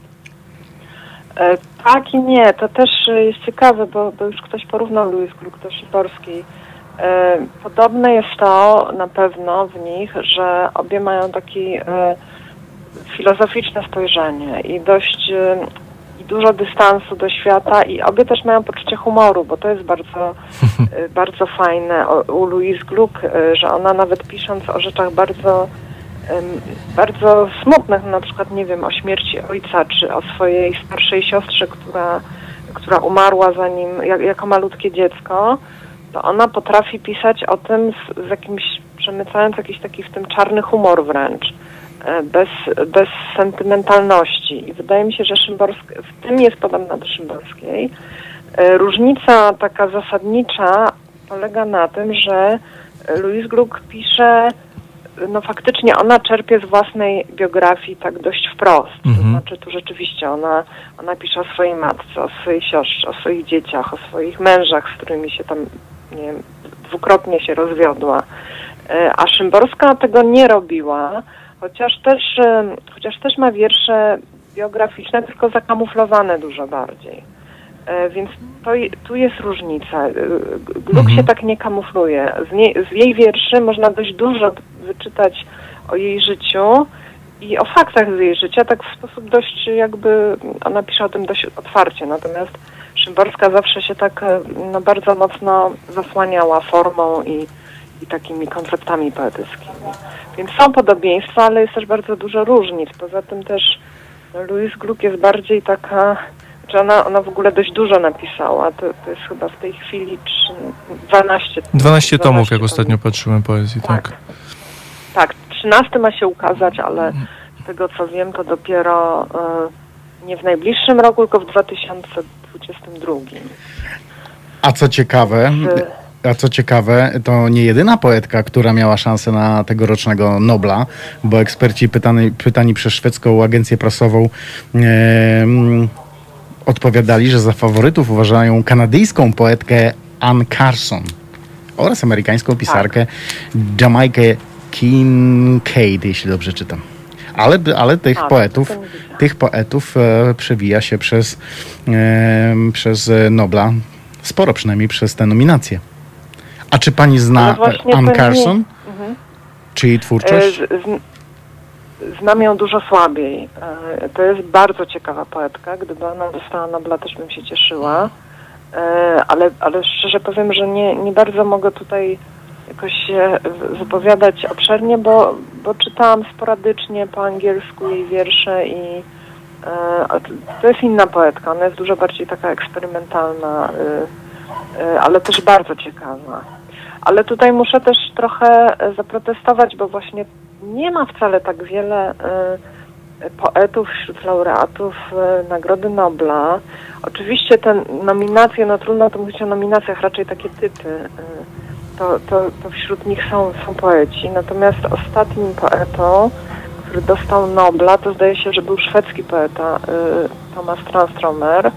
E, tak i nie, to też jest ciekawe, bo, bo już ktoś porównał Louise Gluck do Szymborskiej. E, podobne jest to na pewno w nich, że obie mają taki e, filozoficzne spojrzenie i dość e, i dużo dystansu do świata i obie też mają poczucie humoru, bo to jest bardzo, e, bardzo fajne o, u Louise Gluck, e, że ona nawet pisząc o rzeczach bardzo bardzo smutnych, na przykład, nie wiem, o śmierci ojca, czy o swojej starszej siostrze, która, która umarła zanim, jak, jako malutkie dziecko, to ona potrafi pisać o tym z, z jakimś, przemycając jakiś taki w tym czarny humor wręcz, bez, bez sentymentalności. I wydaje mi się, że Szymborska, w tym jest podobna do Szymborskiej. Różnica taka zasadnicza polega na tym, że Louise Gluck pisze, no faktycznie ona czerpie z własnej biografii tak dość wprost. Mhm. To znaczy tu rzeczywiście ona, ona pisze o swojej matce, o swojej siostrze, o swoich dzieciach, o swoich mężach, z którymi się tam, nie wiem, dwukrotnie się rozwiodła. A Szymborska tego nie robiła, chociaż też, chociaż też ma wiersze biograficzne, tylko zakamuflowane dużo bardziej. Więc to, tu jest różnica. Gluck Mhm. się tak nie kamufluje. Z, nie, z jej wierszy można dość dużo wyczytać o jej życiu i o faktach z jej życia, tak w sposób dość jakby, ona pisze o tym dość otwarcie, natomiast Szymborska zawsze się tak no, bardzo mocno zasłaniała formą i, i takimi konceptami poetyckimi. Więc są podobieństwa, ale jest też bardzo dużo różnic. Poza tym też no, Louise Gluck jest bardziej taka, że ona, ona w ogóle dość dużo napisała. To, to jest chyba w tej chwili dwanaście dwanaście tomów, jak ostatnio patrzyłem poezji, tak. Tak, tak trzynasty ma się ukazać, ale z tego co wiem, to dopiero y, nie w najbliższym roku, tylko w dwa tysiące dwudziestym drugim. A co ciekawe, a co ciekawe, to nie jedyna poetka, która miała szansę na tegorocznego Nobla, bo eksperci pytani, pytani przez szwedzką agencję prasową e, odpowiadali, że za faworytów uważają kanadyjską poetkę Anne Carson. oraz amerykańską pisarkę Jamaikę Kincaid, jeśli dobrze czytam. Ale, ale tych A, poetów, to nie widzę. tych poetów e, przewija się przez, e, przez Nobla sporo, przynajmniej przez te nominacje. A czy pani Ale zna właśnie Anne to nie- Carson? Mhm. Czy jej E, twórczość? z- z- Znam ją dużo słabiej. E, To jest bardzo ciekawa poetka. Gdyby ona dostała Nobla, też bym się cieszyła. E, Ale, ale szczerze powiem, że nie, nie bardzo mogę tutaj jakoś się w- wypowiadać obszernie, bo, bo czytałam sporadycznie po angielsku jej wiersze i e, a to- to jest inna poetka. Ona jest dużo bardziej taka eksperymentalna, e, e, ale też bardzo ciekawa. Ale tutaj muszę też trochę e, zaprotestować, bo właśnie nie ma wcale tak wiele e, poetów wśród laureatów e, Nagrody Nobla. Oczywiście te nominacje, no trudno to mówić o nominacjach, raczej takie typy, e, to, to, to wśród nich są, są poeci. Natomiast ostatnim poetą, który dostał Nobla, to zdaje się, że był szwedzki poeta e, Thomas Tranströmer. Em,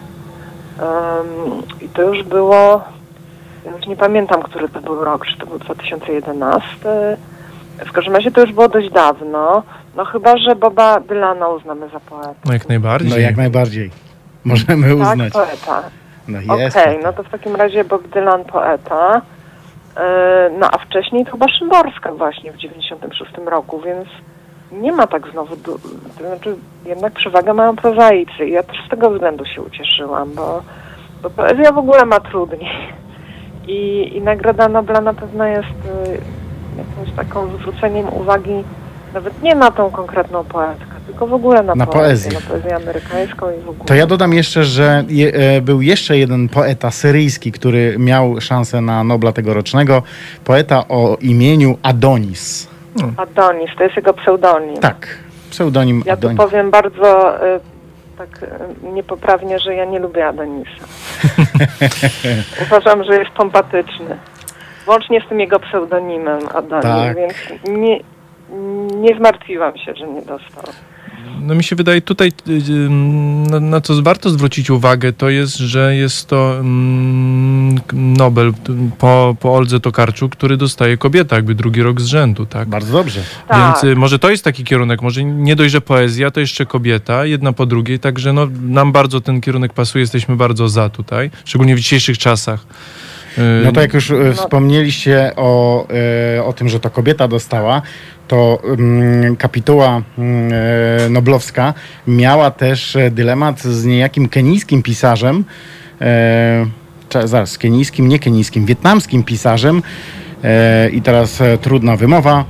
I to już było, ja już nie pamiętam, który to był rok, czy to był dwa tysiące jedenasty. W każdym razie to już było dość dawno. No chyba, że Boba Dylana uznamy za poetę. No jak najbardziej. No jak najbardziej. Możemy uznać. Tak, poeta. No Okej, jest. no to w takim razie Bob Dylan poeta. Yy, no a wcześniej to chyba Szymborska właśnie w dziewięćdziesiątym szóstym roku, więc nie ma tak znowu, du- to znaczy jednak przewagę mają prozaicy i ja też z tego względu się ucieszyłam, bo, bo poezja w ogóle ma trudniej. I, i Nagroda Nobla na pewno jest y, jakąś taką zwróceniem uwagi nawet nie na tą konkretną poetkę, tylko w ogóle na, Na poezję, poezję. na poezję amerykańską i w ogóle. To ja dodam jeszcze, że je, e, był jeszcze jeden poeta syryjski, który miał szansę na Nobla tegorocznego. Poeta o imieniu Adonis. Adonis, to jest jego pseudonim. Tak, pseudonim Ja tu Adonis. powiem bardzo y, tak y, niepoprawnie, że ja nie lubię Adonisa. Uważam, że jest pompatyczny. Łącznie z tym jego pseudonimem Adonis, Tak. więc nie, nie zmartwiłam się, że nie dostał. No mi się wydaje tutaj, y, y, na, na co warto zwrócić uwagę, to jest, że jest to mm, Nobel t- po, po Oldze Tokarczuk, który dostaje kobieta jakby drugi rok z rzędu, tak? Bardzo dobrze. Tak. Więc y, może to jest taki kierunek, może nie dość, że poezja, to jeszcze kobieta, jedna po drugiej, także no, nam bardzo ten kierunek pasuje, jesteśmy bardzo za tutaj, szczególnie w dzisiejszych czasach. Y, No to jak już e, wspomnieliście o, e, o tym, że to kobieta dostała, to mm, kapituła mm, e, noblowska miała też e, dylemat z niejakim kenijskim pisarzem, e, cze- zaraz, kenijskim, nie kenijskim, wietnamskim pisarzem e, i teraz e, trudna wymowa,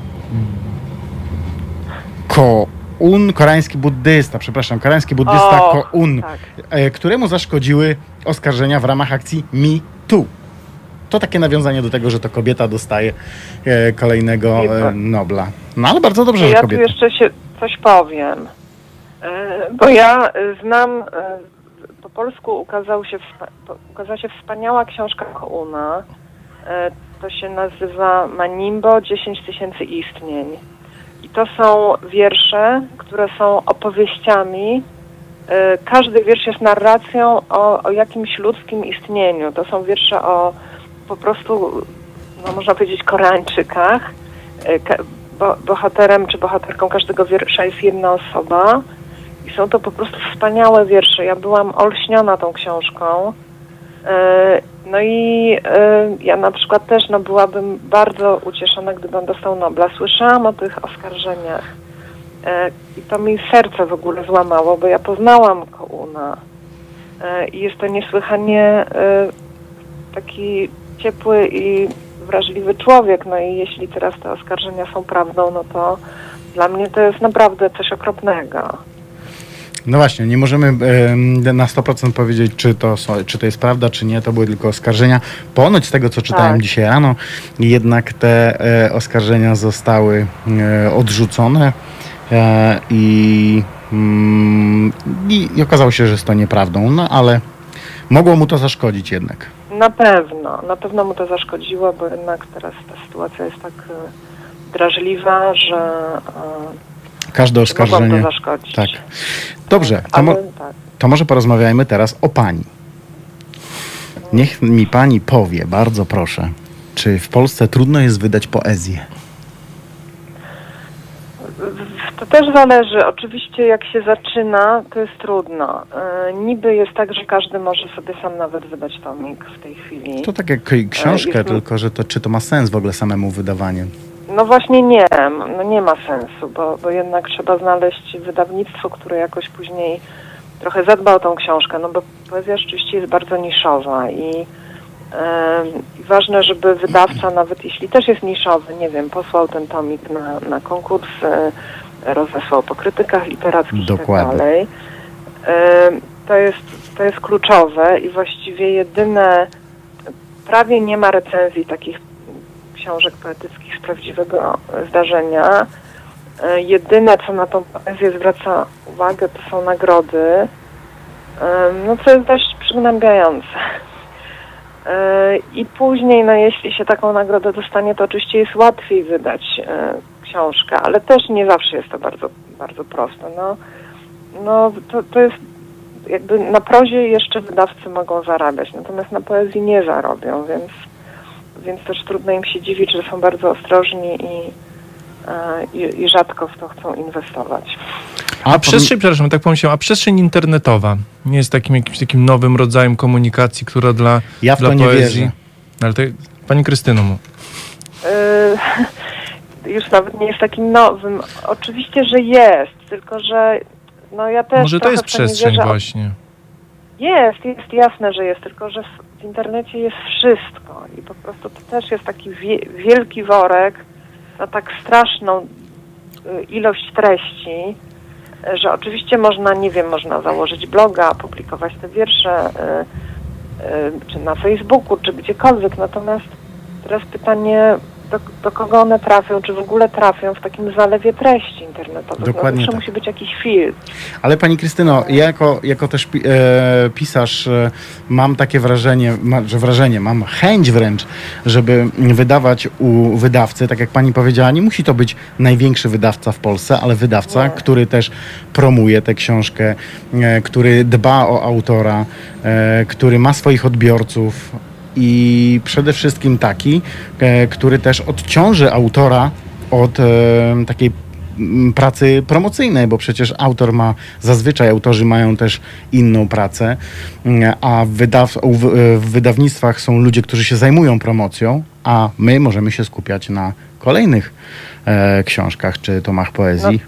Ko-un, koreański buddysta, przepraszam, koreański buddysta O, Ko-un, tak. e, któremu zaszkodziły oskarżenia w ramach akcji Me Too. To takie nawiązanie do tego, że to kobieta dostaje e, kolejnego e, Nobla. No ale bardzo dobrze, że Ja tu kobieta. jeszcze się coś powiem, E, bo ja e, znam, e, po polsku ukazał się, wspa- po- ukazała się wspaniała książka Kouna. E, To się nazywa Manimbo, dziesięć tysięcy istnień. I to są wiersze, które są opowieściami. E, Każdy wiersz jest narracją o, o jakimś ludzkim istnieniu. To są wiersze o po prostu, no można powiedzieć, Koreańczykach. E, ka- bo, bohaterem czy bohaterką każdego wiersza jest jedna osoba. I są to po prostu wspaniałe wiersze. Ja byłam olśniona tą książką. E, No i e, ja na przykład też no, byłabym bardzo ucieszona, gdyby on dostał Nobla. Słyszałam o tych oskarżeniach e, i to mi serce w ogóle złamało, bo ja poznałam Kouna e, i jest to niesłychanie e, taki ciepły i wrażliwy człowiek. No i jeśli teraz te oskarżenia są prawdą, no to dla mnie to jest naprawdę coś okropnego. No właśnie, nie możemy e, na sto procent powiedzieć, czy to, są, czy to jest prawda, czy nie. To były tylko oskarżenia. Ponoć z tego, co czytałem Tak. dzisiaj rano, jednak te e, oskarżenia zostały e, odrzucone e, i, mm, i, i okazało się, że jest to nieprawdą. No ale mogło mu to zaszkodzić jednak. Na pewno, na pewno mu to zaszkodziło, bo jednak teraz ta sytuacja jest tak e, drażliwa, że e, Każde mogło mu oskarżenie. to zaszkodzić. Tak. Dobrze, to, Ale, mo- tak. to może porozmawiajmy teraz o pani. Niech mi pani powie, bardzo proszę, Czy w Polsce trudno jest wydać poezję? To też zależy. Oczywiście jak się zaczyna, to jest trudno. Yy, niby jest tak, że każdy może sobie sam nawet wydać tomik w tej chwili. To tak jak książkę, Jest- tylko że to czy to ma sens w ogóle samemu wydawanie? No właśnie nie, no nie ma sensu, bo, bo jednak trzeba znaleźć wydawnictwo, które jakoś później trochę zadba o tą książkę, no bo poezja rzeczywiście jest bardzo niszowa i, yy, i ważne, żeby wydawca, nawet jeśli też jest niszowy, nie wiem, posłał ten tomik na, na konkurs, yy, rozesłał po krytykach literackich Dokładnie. i tak dalej. Yy, to jest, to jest kluczowe i właściwie jedyne, prawie nie ma recenzji takich książek poetyckich z prawdziwego zdarzenia. E, Jedyne, co na tą poezję zwraca uwagę, to są nagrody, e, no co jest dość przygnębiające. E, I później, no jeśli się taką nagrodę dostanie, to oczywiście jest łatwiej wydać e, książkę, ale też nie zawsze jest to bardzo, bardzo proste. No, no to, to jest jakby na prozie jeszcze wydawcy mogą zarabiać, natomiast na poezji nie zarobią, więc Więc też trudno im się dziwić, że są bardzo ostrożni i, e, i, i rzadko w to chcą inwestować. A przestrzeń, przepraszam, tak pomyślałem, a przestrzeń internetowa nie jest takim jakimś takim nowym rodzajem komunikacji, która dla, Ja w dla to nie poezji... wierzę. Ale to, pani Krystyno, mu. Yy, już nawet nie jest takim nowym. Oczywiście, że jest, tylko że no ja też Może to trochę jest w to nie przestrzeń wierzę. właśnie. Jest, jest jasne, że jest, tylko że w, w internecie jest wszystko i po prostu to też jest taki wie, wielki worek na tak straszną y, ilość treści, y, że oczywiście można, nie wiem, można założyć bloga, publikować te wiersze y, y, czy na Facebooku, czy gdziekolwiek, natomiast teraz pytanie, do, do kogo one trafią, czy w ogóle trafią w takim zalewie treści internetowych. Dokładnie no, zawsze tak. musi być jakiś filtr. Ale pani Krystyno, ja jako, jako też pi- e, pisarz e, mam takie wrażenie, ma, że wrażenie, mam chęć wręcz, żeby wydawać u wydawcy, tak jak pani powiedziała, nie musi to być największy wydawca w Polsce, ale wydawca, Nie. który też promuje tę książkę, e, który dba o autora, e, który ma swoich odbiorców i przede wszystkim taki, e, który też odciąży autora od e, takiej m, pracy promocyjnej, bo przecież autor ma, zazwyczaj autorzy mają też inną pracę, m, a wydaw, u- w, w wydawnictwach są ludzie, którzy się zajmują promocją, a my możemy się skupiać na kolejnych e, książkach czy tomach poezji.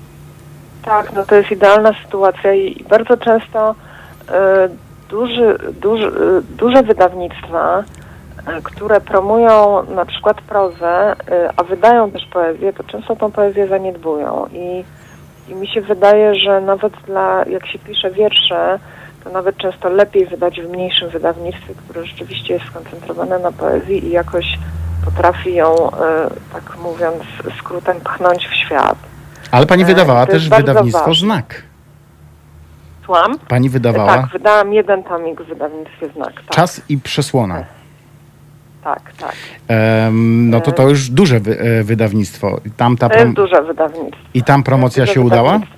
Tak, no to jest idealna sytuacja i bardzo często e, duży, duży, e, duże wydawnictwa, e, które promują na przykład prozę, e, a wydają też poezję, to często tą poezję zaniedbują i, i mi się wydaje, że nawet dla, jak się pisze wiersze, to nawet często lepiej wydać w mniejszym wydawnictwie, które rzeczywiście jest skoncentrowane na poezji i jakoś potrafi ją, e, tak mówiąc skrótem, pchnąć w świat. Ale pani E, wydawała to jest też bardzo wydawnictwo ważne. Znak. Słucham? Pani wydawała Tak, wydałam jeden tomik w wydawnictwie Znak. Tak, Czas i Przesłona. tak, tak. Em, no to to już duże wy, e, wydawnictwo. I tam, ta To prom- jest duże wydawnictwo. I tam promocja Duże się udała? wydawnictwo.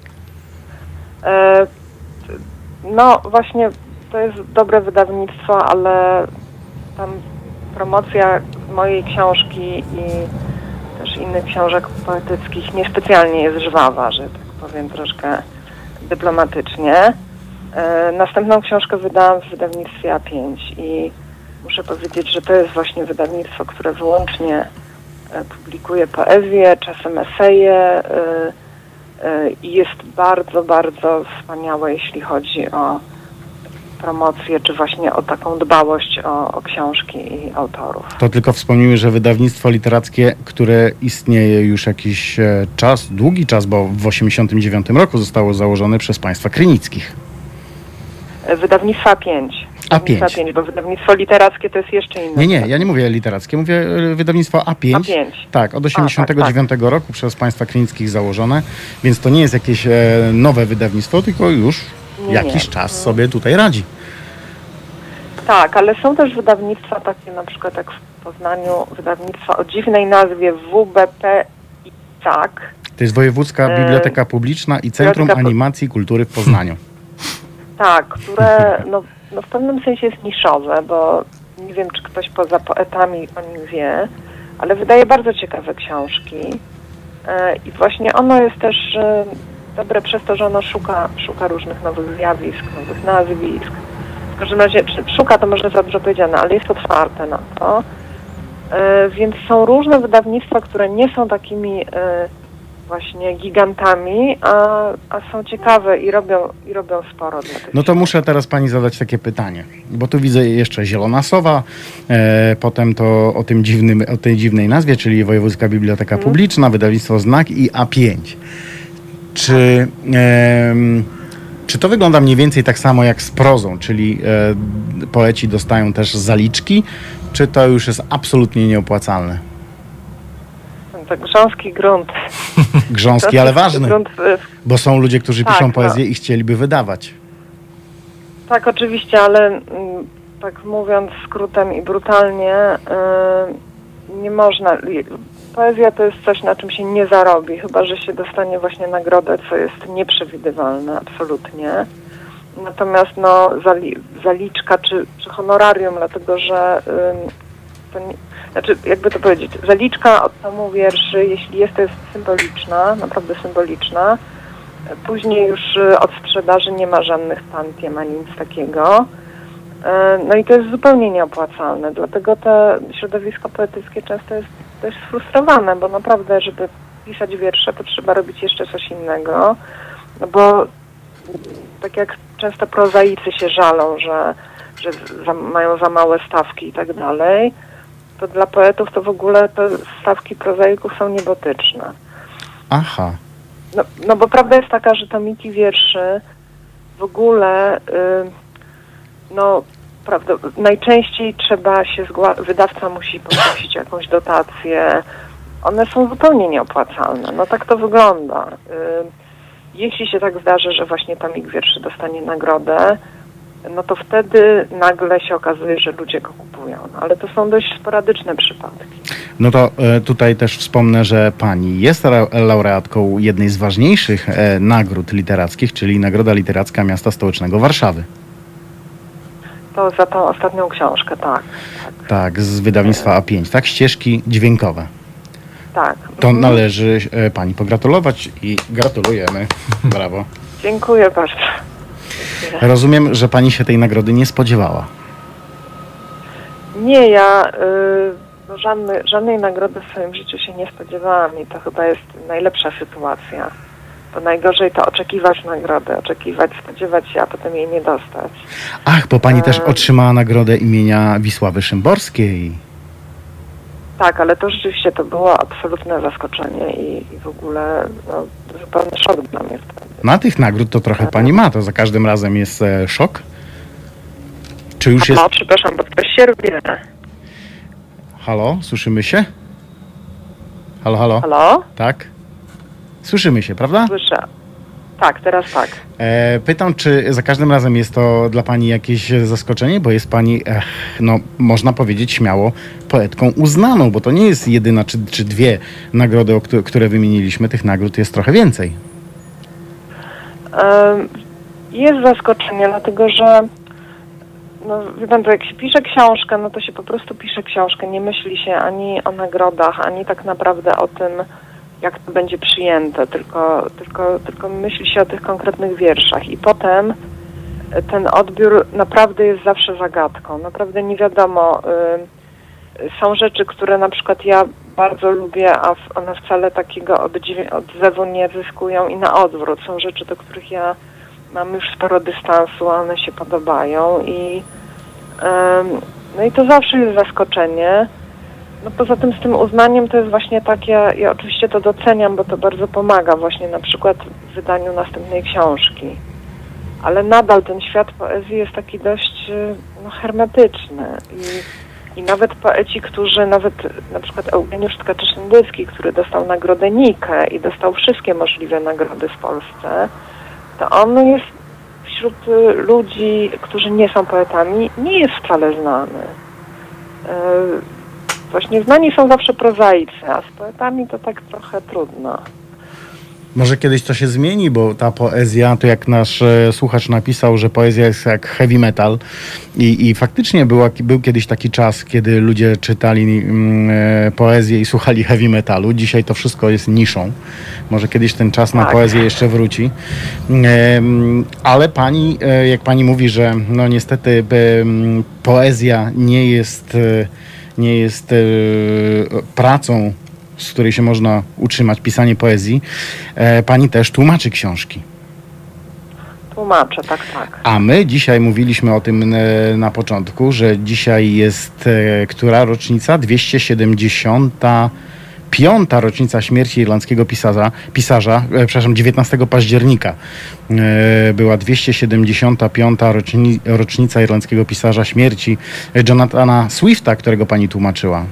E, no właśnie, to jest dobre wydawnictwo, ale tam promocja mojej książki i też innych książek poetyckich niespecjalnie jest żwawa, że tak powiem troszkę dyplomatycznie. E, następną książkę wydałam w wydawnictwie A pięć i muszę powiedzieć, że to jest właśnie wydawnictwo, które wyłącznie e, publikuje poezję, czasem eseje e, e, i jest bardzo, bardzo wspaniałe, jeśli chodzi o promocję, czy właśnie o taką dbałość o, o książki i autorów. To tylko wspomnimy, że wydawnictwo literackie, które istnieje już jakiś e, czas, długi czas, bo w osiemdziesiątym dziewiątym roku zostało założone przez państwa Krynickich. E, Wydawnictwo A pięć. A pięć. A pięć, bo wydawnictwo literackie to jest jeszcze inne. Nie, nie, ja nie mówię literackie, mówię e, wydawnictwo A pięć. A pięć. Tak, od osiemdziesiątego dziewiątego roku przez państwa Krynickich założone, więc to nie jest jakieś e, nowe wydawnictwo, tylko już Nie, jakiś nie. czas sobie tutaj radzi. Tak, ale są też wydawnictwa takie na przykład jak w Poznaniu, wydawnictwa o dziwnej nazwie W B P i C A K. To jest Wojewódzka E, Biblioteka Publiczna i Centrum Biblioteka Pu- Animacji i Kultury w Poznaniu. Tak, które no, no w pewnym sensie jest niszowe, bo nie wiem, czy ktoś poza poetami o nim wie, ale wydaje bardzo ciekawe książki. I właśnie ono jest też dobre przez to, że ono szuka, szuka różnych nowych zjawisk, nowych nazwisk. W każdym razie, szuka to może za dużo powiedziane, ale jest otwarte na to. Więc są różne wydawnictwa, które nie są takimi właśnie gigantami, a, a są ciekawe i robią, i robią sporo dla tych. No to muszę teraz pani zadać takie pytanie, bo tu widzę jeszcze Zielona Sowa, e, potem to o, tym dziwnym, o tej dziwnej nazwie, czyli Wojewódzka Biblioteka hmm. Publiczna, wydawnictwo Znak i A pięć. Czy, e, czy to wygląda mniej więcej tak samo jak z prozą, czyli e, poeci dostają też zaliczki, czy to już jest absolutnie nieopłacalne? To grząski grunt. Grząski, ale ważny, grunt, bo są ludzie, którzy tak, piszą poezję no. i chcieliby wydawać. Tak, oczywiście, ale m, tak mówiąc skrótem i brutalnie, y, nie można. Poezja to jest coś, na czym się nie zarobi, chyba że się dostanie właśnie nagrodę, co jest nieprzewidywalne, absolutnie. Natomiast no, zali, zaliczka czy, czy honorarium, dlatego że y, to nie, znaczy, jakby to powiedzieć, zaliczka od tomu wierszy, jeśli jest, to jest symboliczna, naprawdę symboliczna. Później już od sprzedaży nie ma żadnych tantiem ani nic takiego. No i to jest zupełnie nieopłacalne, dlatego to środowisko poetyckie często jest dość sfrustrowane, bo naprawdę, żeby pisać wiersze, to trzeba robić jeszcze coś innego, no bo tak jak często prozaicy się żalą, że, że za, mają za małe stawki i tak dalej, to dla poetów to w ogóle te stawki prozaików są niebotyczne. Aha. No, no bo prawda jest taka, że tomiki wierszy w ogóle, yy, no prawda, najczęściej trzeba się zgła- wydawca musi poprosić jakąś dotację. One są zupełnie nieopłacalne. No tak to wygląda. Yy, jeśli się tak zdarzy, że właśnie tomik wierszy dostanie nagrodę, no to wtedy nagle się okazuje, że ludzie go kupują. No, ale to są dość sporadyczne przypadki. No to e, tutaj też wspomnę, że pani jest laureatką jednej z ważniejszych e, nagród literackich, czyli Nagroda Literacka Miasta Stołecznego Warszawy. To za tą ostatnią książkę, tak. Tak, tak z wydawnictwa A pięć, tak? Ścieżki dźwiękowe. Tak. To mhm. należy e, pani pogratulować i gratulujemy. Brawo. Dziękuję bardzo. Rozumiem, że pani się tej nagrody nie spodziewała. Nie, ja y, no żadnej, żadnej nagrody w swoim życiu się nie spodziewałam i to chyba jest najlepsza sytuacja. Bo najgorzej to oczekiwać nagrody, oczekiwać, spodziewać się, a potem jej nie dostać. Ach, bo pani y- też otrzymała nagrodę imienia Wisławy Szymborskiej. Tak, ale to rzeczywiście to było absolutne zaskoczenie i, i w ogóle no, zupełny szok dla mnie wtedy. Na tych nagród to trochę pani ma, to za każdym razem jest e, szok? Czy już jest... No, przepraszam, bo ktoś się robi. Halo, słyszymy się? Halo, halo? Halo? Tak? Słyszymy się, prawda? Słyszę. Tak, teraz tak. E, pytam, czy za każdym razem jest to dla pani jakieś zaskoczenie, bo jest pani, ech, no można powiedzieć śmiało, poetką uznaną, bo to nie jest jedyna czy, czy dwie nagrody, o które, które wymieniliśmy, tych nagród jest trochę więcej. E, jest zaskoczenie, dlatego że no, wie pan, to jak się pisze książkę, no to się po prostu pisze książkę, nie myśli się ani o nagrodach, ani tak naprawdę o tym, jak to będzie przyjęte, tylko, tylko, tylko myśli się o tych konkretnych wierszach i potem ten odbiór naprawdę jest zawsze zagadką. Naprawdę nie wiadomo. Y, są rzeczy, które na przykład ja bardzo lubię, a one wcale takiego odzewu nie zyskują i na odwrót. Są rzeczy, do których ja mam już sporo dystansu, a one się podobają i y, no i to zawsze jest zaskoczenie. No poza tym z tym uznaniem to jest właśnie tak, ja, ja oczywiście to doceniam, bo to bardzo pomaga właśnie na przykład w wydaniu następnej książki. Ale nadal ten świat poezji jest taki dość no, hermetyczny. I, i nawet poeci, którzy, nawet na przykład Eugeniusz Tkaczysz-Szyndycki, który dostał nagrodę Nikę i dostał wszystkie możliwe nagrody w Polsce, to on jest wśród ludzi, którzy nie są poetami, nie jest wcale znany. Yy, Właśnie znani są zawsze prozaicy, a z poetami to tak trochę trudno. Może kiedyś to się zmieni, bo ta poezja, to jak nasz e, słuchacz napisał, że poezja jest jak heavy metal i, i faktycznie była, był kiedyś taki czas, kiedy ludzie czytali mm, e, poezję i słuchali heavy metalu. Dzisiaj to wszystko jest niszą. Może kiedyś ten czas na Tak. poezję jeszcze wróci. E, ale pani, e, jak pani mówi, że no niestety e, m, poezja nie jest, e, nie jest e, pracą, z której się można utrzymać, pisanie poezji. E, pani też tłumaczy książki. Tłumaczę, tak, tak. A my dzisiaj mówiliśmy o tym e, na początku, że dzisiaj jest e, która rocznica? dwieście siedemdziesiąta piąta rocznica śmierci irlandzkiego pisarza, pisarza e, przepraszam, dziewiętnastego października. E, była dwieście siedemdziesiąta piąta roczni, rocznica irlandzkiego pisarza śmierci Jonathana Swifta, którego pani tłumaczyła.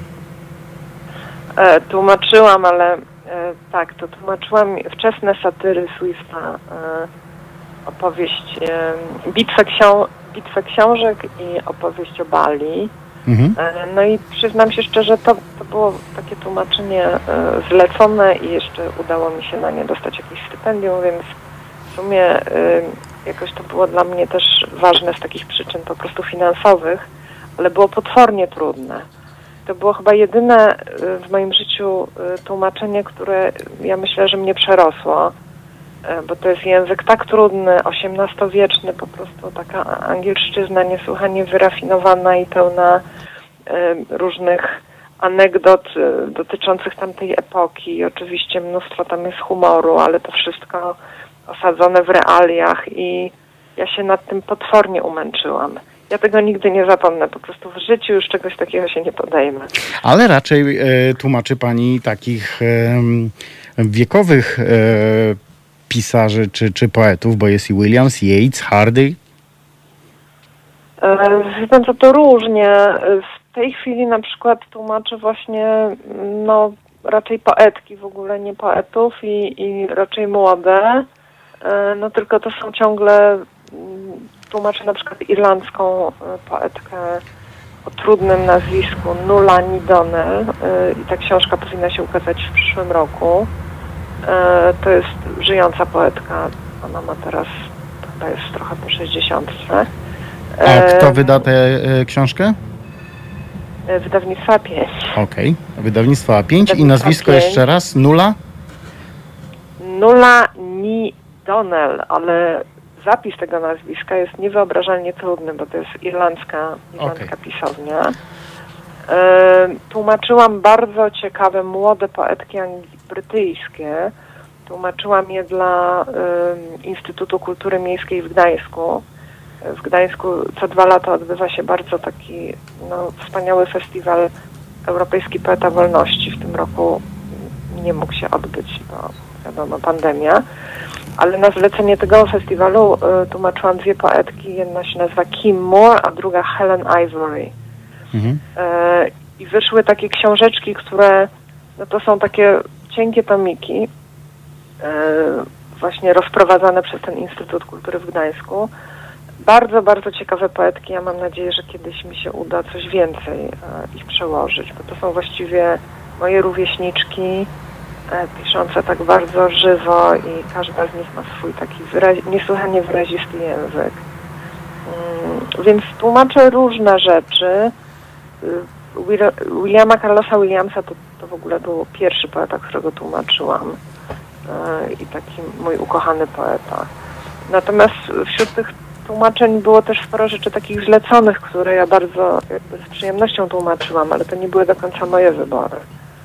E, tłumaczyłam, ale e, tak, to tłumaczyłam wczesne satyry Swifta, e, opowieść, e, bitwę, ksią- bitwę książek i opowieść o Bali. Mhm. E, no i przyznam się szczerze, to, to było takie tłumaczenie e, zlecone i jeszcze udało mi się na nie dostać jakieś stypendium, więc w sumie e, jakoś to było dla mnie też ważne z takich przyczyn po prostu finansowych, ale było potwornie trudne. To było chyba jedyne w moim życiu tłumaczenie, które ja myślę, że mnie przerosło, bo to jest język tak trudny, osiemnastowieczny, po prostu taka angielszczyzna niesłychanie wyrafinowana i pełna różnych anegdot dotyczących tamtej epoki. I oczywiście mnóstwo tam jest humoru, ale to wszystko osadzone w realiach i ja się nad tym potwornie umęczyłam. Ja tego nigdy nie zapomnę, po prostu w życiu już czegoś takiego się nie podejmę. Ale raczej e, tłumaczy pani takich e, wiekowych e, pisarzy czy, czy poetów, bo jest i Williams, Yeats, Hardy. Wie pan co, to różnie. W tej chwili na przykład tłumaczę właśnie no raczej poetki w ogóle, nie poetów i, i raczej młode. No tylko to są ciągle... Tłumaczę na przykład irlandzką poetkę o trudnym nazwisku Nuala Ní Dhomhnaill i ta książka powinna się ukazać w przyszłym roku. To jest żyjąca poetka. Ona ma teraz, chyba jest trochę po sześćdziesiątce. A kto wyda tę e, książkę? Wydawnictwa pięć. Okej, okay. Wydawnictwa A pięć i Wydawnictwa nazwisko pięć. jeszcze raz? Nula? Nuala Ní Dhomhnaill, ale zapis tego nazwiska jest niewyobrażalnie trudny, bo to jest irlandzka, irlandzka Okay. pisownia. E, tłumaczyłam bardzo ciekawe młode poetki brytyjskie. Tłumaczyłam je dla e, Instytutu Kultury Miejskiej w Gdańsku. W Gdańsku co dwa lata odbywa się bardzo taki no, wspaniały festiwal Europejski Poeta Wolności. W tym roku nie mógł się odbyć, bo wiadomo, pandemia. Ale na zlecenie tego festiwalu y, tłumaczyłam dwie poetki. Jedna się nazywa Kim Moore, a druga Helen Ivory. Mhm. Y, I wyszły takie książeczki, które no to są takie cienkie tomiki, y, właśnie rozprowadzane przez ten Instytut Kultury w Gdańsku. Bardzo, bardzo ciekawe poetki. Ja mam nadzieję, że kiedyś mi się uda coś więcej y, ich przełożyć, bo to są właściwie moje rówieśniczki, piszące tak bardzo żywo i każda z nich ma swój taki wyra- niesłychanie wyrazisty język. Mm, więc tłumaczę różne rzeczy. Will- Williama Carlosa Williamsa to, to w ogóle był pierwszy poeta, którego tłumaczyłam yy, i taki mój ukochany poeta. Natomiast wśród tych tłumaczeń było też sporo rzeczy takich zleconych, które ja bardzo jakby z przyjemnością tłumaczyłam, ale to nie były do końca moje wybory.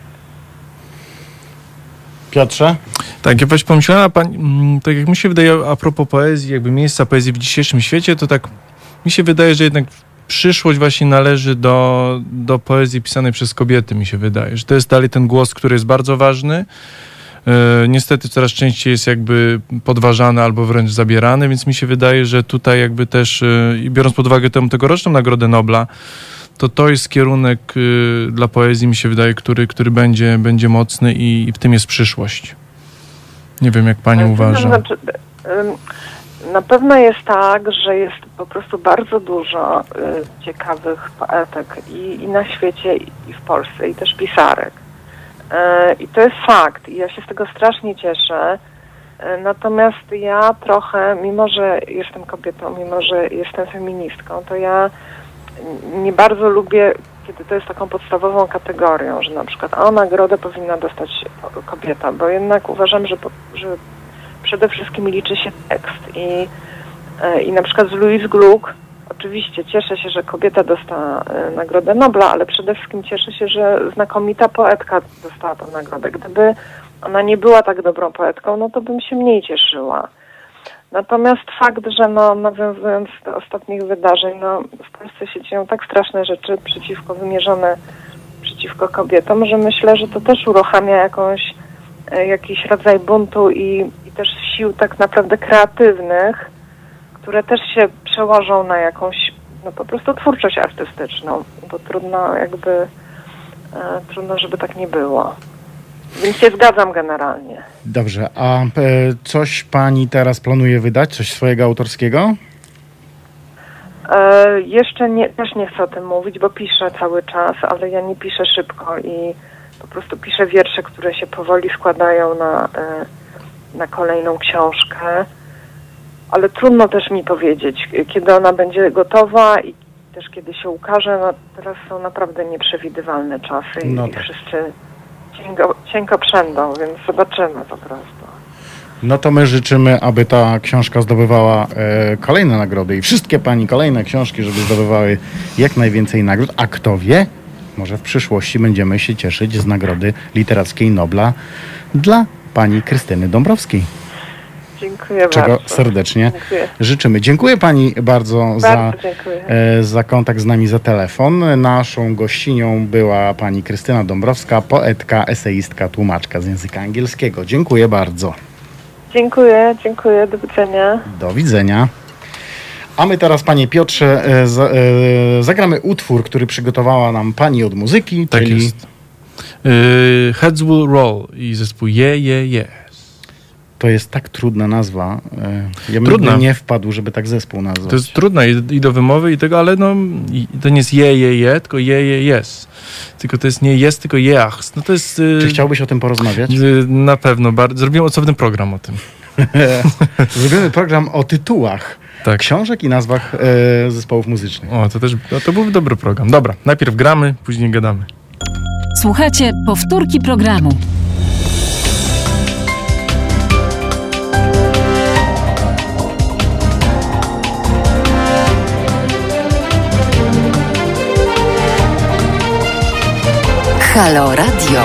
Piotrze? Tak, ja właśnie pomyślałem, pani, tak jak mi się wydaje, a propos poezji, jakby miejsca poezji w dzisiejszym świecie, to tak mi się wydaje, że jednak przyszłość właśnie należy do, do poezji pisanej przez kobiety, mi się wydaje, że to jest dalej ten głos, który jest bardzo ważny. E, niestety coraz częściej jest jakby podważany albo wręcz zabierany, więc mi się wydaje, że tutaj jakby też, e, i biorąc pod uwagę tę tegoroczną Nagrodę Nobla, to to jest kierunek y, dla poezji, mi się wydaje, który, który będzie, będzie mocny i, i w tym jest przyszłość. Nie wiem, jak pani uważa. Znaczy, na pewno jest tak, że jest po prostu bardzo dużo y, ciekawych poetek i, i na świecie, i w Polsce, i też pisarek. Y, I to jest fakt. I ja się z tego strasznie cieszę. Natomiast ja trochę, mimo że jestem kobietą, mimo że jestem feministką, to ja nie bardzo lubię, kiedy to jest taką podstawową kategorią, że na przykład o, nagrodę powinna dostać kobieta, bo jednak uważam, że, że przede wszystkim liczy się tekst i, i na przykład z Louise Gluck oczywiście cieszę się, że kobieta dostała Nagrodę Nobla, ale przede wszystkim cieszę się, że znakomita poetka dostała tę nagrodę. Gdyby ona nie była tak dobrą poetką, no to bym się mniej cieszyła. Natomiast fakt, że no, nawiązując do ostatnich wydarzeń, no, w Polsce się dzieją tak straszne rzeczy przeciwko, wymierzone przeciwko kobietom, że myślę, że to też uruchamia jakąś, jakiś rodzaj buntu i, i też sił tak naprawdę kreatywnych, które też się przełożą na jakąś, no po prostu twórczość artystyczną, bo trudno jakby, e, trudno, żeby tak nie było. Więc się zgadzam generalnie. Dobrze, a e, coś pani teraz planuje wydać? Coś swojego autorskiego? E, jeszcze nie, też nie chcę o tym mówić, bo piszę cały czas, ale ja nie piszę szybko i po prostu piszę wiersze, które się powoli składają na, e, na kolejną książkę. Ale trudno też mi powiedzieć, kiedy ona będzie gotowa i też kiedy się ukaże. No, teraz są naprawdę nieprzewidywalne czasy i, no i tak. wszyscy cienko, cienko przędą, więc zobaczymy po prostu. No to my życzymy, aby ta książka zdobywała e, kolejne nagrody i wszystkie pani kolejne książki, żeby zdobywały jak najwięcej nagród. A kto wie, może w przyszłości będziemy się cieszyć z Nagrody Literackiej Nobla dla pani Krystyny Dąbrowskiej. Dziękuję Czego bardzo. serdecznie Dziękuję. życzymy. Dziękuję pani bardzo, Bardzo za, dziękuję. e, za kontakt z nami, za telefon. Naszą gościnią była pani Krystyna Dąbrowska, poetka, eseistka, tłumaczka z języka angielskiego. Dziękuję bardzo. Dziękuję, dziękuję. Do widzenia. Do widzenia. A my teraz, panie Piotrze, e, za, e, zagramy utwór, który przygotowała nam pani od muzyki, Tak czyli... jest. Yy, Heads Will Roll i zespół Yeah, Yeah, Yeah. To jest tak trudna nazwa. E, ja bym Trudna. nigdy nie wpadł, żeby tak zespół nazwać. To jest trudne i, i do wymowy i tego, ale no i to nie jest je, je, je, tylko je, je, jest. Tylko to jest nie jest, tylko jechs. No to jest... Yy, Czy chciałbyś o tym porozmawiać? yy, na pewno. Bar- zrobiłem osobny program o tym. Zrobimy program o tytułach Tak. książek i nazwach e, zespołów muzycznych. O, to też no, to byłby dobry program. Dobra, najpierw gramy, później gadamy. Słuchajcie powtórki programu. Halo Radio.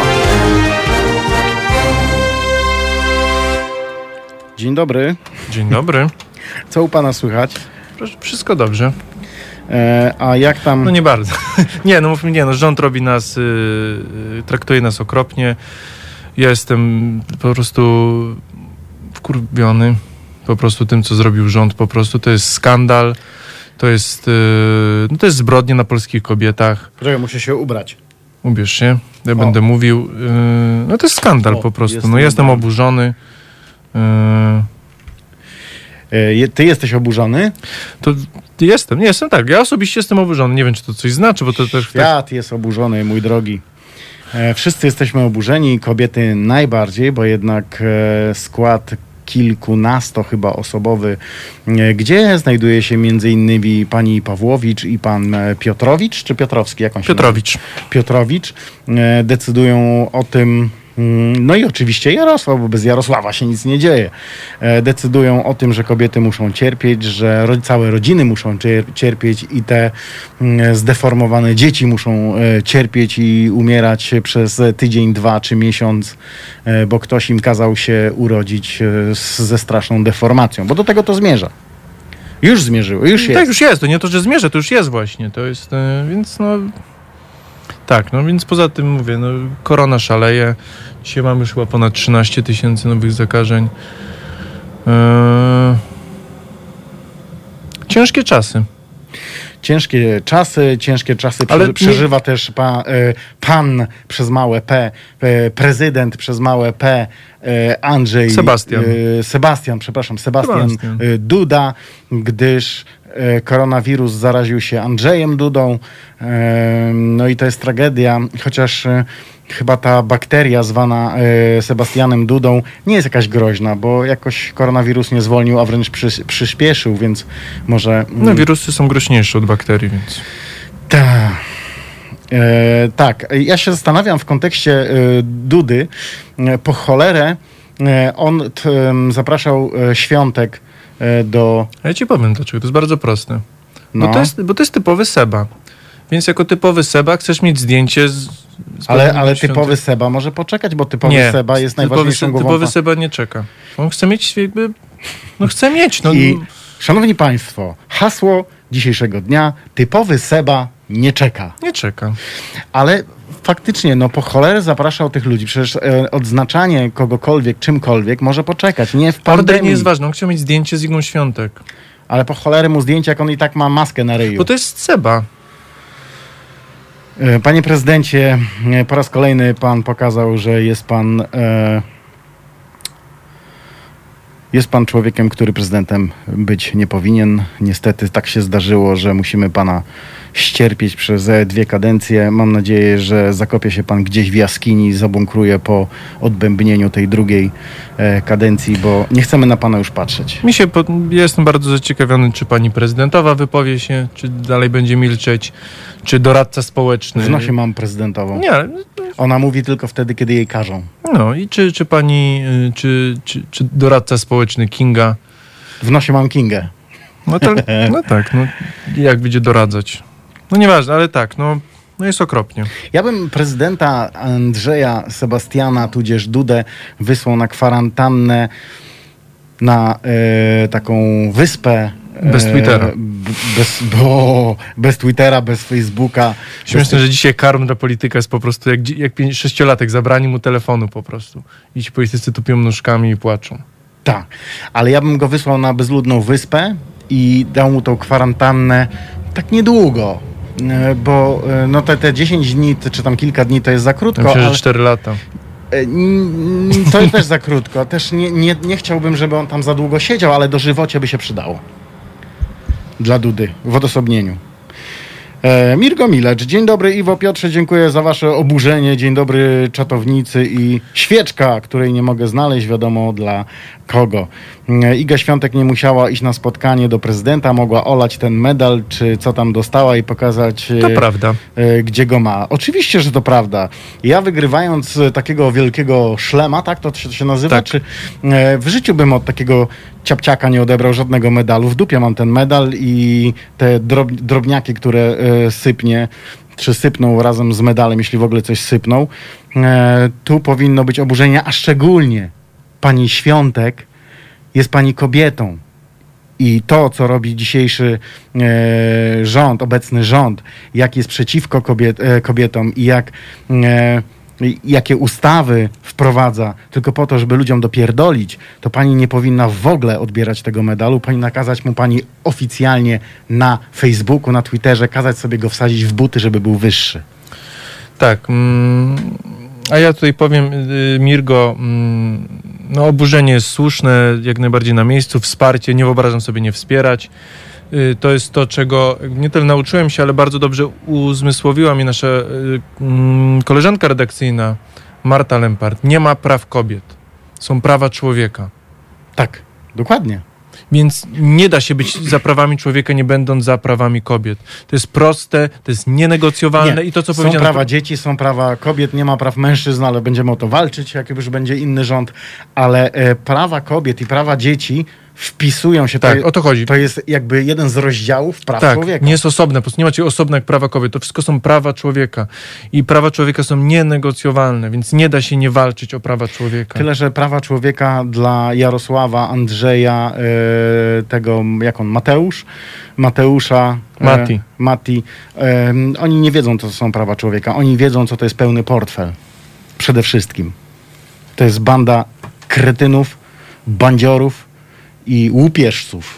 Dzień dobry. Dzień dobry. Co u pana słychać? Proszę, wszystko dobrze. E, a jak tam... No nie bardzo. nie, no mówmy, nie, no rząd robi nas, yy, traktuje nas okropnie. Ja jestem po prostu wkurwiony po prostu tym, co zrobił rząd. Po prostu to jest skandal. To jest, yy, no to jest zbrodnia na polskich kobietach. Poczekaj, muszę się ubrać. Ubierz się, ja O. będę mówił. Yy, no to jest skandal O, po prostu. jestem No jestem ubrany. oburzony. Yy, E, je- ty jesteś oburzony? to jestem, nie jestem tak. Ja osobiście jestem oburzony. Nie wiem, czy to coś znaczy, bo to też... Świat jest oburzony, mój drogi. E, wszyscy jesteśmy oburzeni, kobiety najbardziej, bo jednak e, skład kilkunasto chyba osobowy, e, gdzie znajduje się między innymi pani Pawłowicz i pan e, Piotrowicz, czy Piotrowski? Jak on się Piotrowicz. nazywa? Piotrowicz. E, decydują o tym, mm, no i oczywiście Jarosław, bo bez Jarosława się nic nie dzieje. E, decydują o tym, że kobiety muszą cierpieć, że ro- całe rodziny muszą cier- cierpieć i te mm, zdeformowane dzieci muszą e, cierpieć i umierać przez tydzień, dwa czy miesiąc, e, bo ktoś im kazał się urodzić e, z, ze straszną deformacją, bo do tego to zmierza. Już zmierzyło, już jest. Tak, już jest. To nie to, że zmierzę, to już jest właśnie. To jest, e, więc no... Tak, no więc poza tym mówię, no korona szaleje. Dzisiaj mamy już chyba ponad trzynaście tysięcy nowych zakażeń. Eee... Ciężkie czasy. Ciężkie czasy, ciężkie czasy Ale prze, nie- przeżywa też pa, e, pan przez małe P, e, prezydent przez małe P, e, Andrzej... Sebastian. E, Sebastian, przepraszam, Sebastian, Sebastian. e, Duda, gdyż e, koronawirus zaraził się Andrzejem Dudą. E, no i to jest tragedia, chociaż e, chyba ta bakteria zwana e, Sebastianem Dudą nie jest jakaś groźna, bo jakoś koronawirus nie zwolnił, a wręcz przy, przyspieszył, więc może... Mm, No wirusy są groźniejsze od bakterii, więc... Ta. E, tak, ja się zastanawiam w kontekście e, Dudy, e, po cholerę e, on t, m, zapraszał e, Świątek e, do... A ja ci powiem dlaczego, to jest bardzo proste. No. Bo, to jest, bo to jest typowy Seba. Więc jako typowy Seba chcesz mieć zdjęcie z... z Ale, pewnym ale Świątek. typowy Seba może poczekać, bo typowy Nie, Seba jest typowy, najważniejszą Se- głową... typowy pa- Seba nie czeka. On chce mieć jakby... No chce mieć, no... I szanowni państwo, hasło dzisiejszego dnia, typowy Seba nie czeka. Nie czeka. Ale faktycznie, no po cholerę zapraszał tych ludzi. Przecież e, odznaczanie kogokolwiek, czymkolwiek może poczekać. Nie w pandemii. Order nie jest ważny, on chciał mieć zdjęcie z Igą Świątek. Ale po cholerę mu zdjęcie, jak on i tak ma maskę na ryju. Bo to jest Seba. E, Panie prezydencie, e, po raz kolejny pan pokazał, że jest pan... E, Jest pan człowiekiem, który prezydentem być nie powinien. Niestety tak się zdarzyło, że musimy pana ścierpieć przez dwie kadencje. Mam nadzieję, że zakopie się pan gdzieś w jaskini i zabunkruje po odbębnieniu tej drugiej e, kadencji, bo nie chcemy na pana już patrzeć. Mi się, pod... ja jestem bardzo zaciekawiony, czy pani prezydentowa wypowie się, czy dalej będzie milczeć, czy doradca społeczny. W nosie mam prezydentową. Nie, ale- Ona mówi tylko wtedy, kiedy jej każą. no i czy, czy pani, y, czy, czy, czy doradca społeczny Kinga, W nosie mam Kingę. no, to, no tak, no jak będzie doradzać. No nieważne, ale tak, no, no jest okropnie. Ja bym prezydenta Andrzeja Sebastiana, tudzież Dudę, wysłał na kwarantannę na e, taką wyspę. Bez Twittera. b- Bez, bo, bez Twittera, bez Facebooka. Śmieszne, że dzisiaj karm dla polityka jest po prostu jak, dzi- jak pięć- sześciolatek, zabrani mu telefonu po prostu. I ci politycy tupią nóżkami i płaczą. Tak, ale ja bym go wysłał na bezludną wyspę i dał mu tą kwarantannę tak niedługo, e, bo e, no te, te dziesięć dni, te- czy tam kilka dni to jest za krótko, Myślę, ale że cztery lata. e, n- to jest też za krótko. Też nie, nie, nie chciałbym, żeby on tam za długo siedział, ale dożywocie by się przydało. Dla Dudy, w odosobnieniu. E, Mirko Milecz, dzień dobry Iwo, Piotrze, dziękuję za wasze oburzenie, dzień dobry czatownicy i świeczka, której nie mogę znaleźć, wiadomo dla kogo. E, Iga Świątek nie musiała iść na spotkanie do prezydenta, mogła olać ten medal, czy co tam dostała i pokazać, e, To prawda. e, gdzie go ma. Oczywiście, że to prawda. Ja wygrywając e, takiego wielkiego szlema, tak to się, się nazywa, Tak. czy e, w życiu bym od takiego ciapciaka nie odebrał żadnego medalu. W dupie mam ten medal i te drob, drobniaki, które e, sypnie, czy sypną razem z medalem, jeśli w ogóle coś sypną. E, tu powinno być oburzenie, a szczególnie pani Świątek jest pani kobietą. I to, co robi dzisiejszy e, rząd, obecny rząd, jak jest przeciwko kobiet, e, kobietom i jak, e, i jakie ustawy wprowadza tylko po to, żeby ludziom dopierdolić, to pani nie powinna w ogóle odbierać tego medalu. Pani nakazać mu pani oficjalnie na Facebooku, na Twitterze, kazać sobie go wsadzić w buty, żeby był wyższy. Tak. Mm, a ja tutaj powiem, y, Mirgo, mm, no oburzenie jest słuszne, jak najbardziej na miejscu, wsparcie, nie wyobrażam sobie nie wspierać. Y, to jest to, czego nie tyle nauczyłem się, ale bardzo dobrze uzmysłowiła mi nasza y, mm, koleżanka redakcyjna Marta Lempart. Nie ma praw kobiet. Są prawa człowieka. Tak, dokładnie. Więc nie da się być za prawami człowieka, nie będąc za prawami kobiet. To jest proste, to jest nienegocjowalne Nie. i to, co są powiedziano... prawa dzieci, są prawa kobiet, nie ma praw mężczyzn, ale będziemy o to walczyć, jak już będzie inny rząd. Ale e, prawa kobiet i prawa dzieci wpisują się... Tak, to, o to chodzi. To jest jakby jeden z rozdziałów praw Tak, człowieka. nie jest osobne, po prostu nie macie osobne jak prawa kobiet. To wszystko są prawa człowieka. I prawa człowieka są nienegocjowalne, więc nie da się nie walczyć o prawa człowieka. Tyle, że prawa człowieka dla Jarosława, Andrzeja, e, tego, jak on, Mateusz, Mateusza, e, Mati. Mati, e, oni nie wiedzą, co to są prawa człowieka. Oni wiedzą, co to jest pełny portfel. Przede wszystkim. To jest banda kretynów, bandziorów i łupieżców,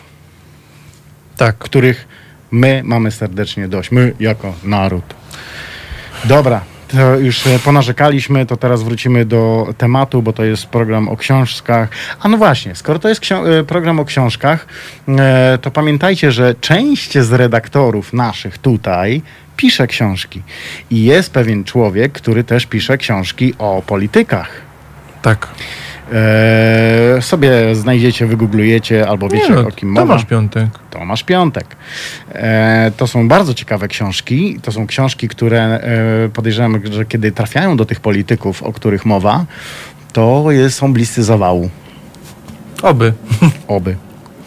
Tak. których my mamy serdecznie dość. My jako naród. Dobra, to już e, ponarzekaliśmy, to teraz wrócimy do tematu, bo to jest program o książkach. A no właśnie, skoro to jest ksio- e, program o książkach, e, to pamiętajcie, że część z redaktorów naszych tutaj pisze książki. I jest pewien człowiek, który też pisze książki o politykach. Tak. E, sobie znajdziecie, wygooglujecie albo wiecie, Nie no, o kim mowa. Tomasz Piątek. Tomasz Piątek. E, to są bardzo ciekawe książki. To są książki, które e, podejrzewam, że kiedy trafiają do tych polityków, o których mowa, to jest, są bliscy zawału. Oby. Oby.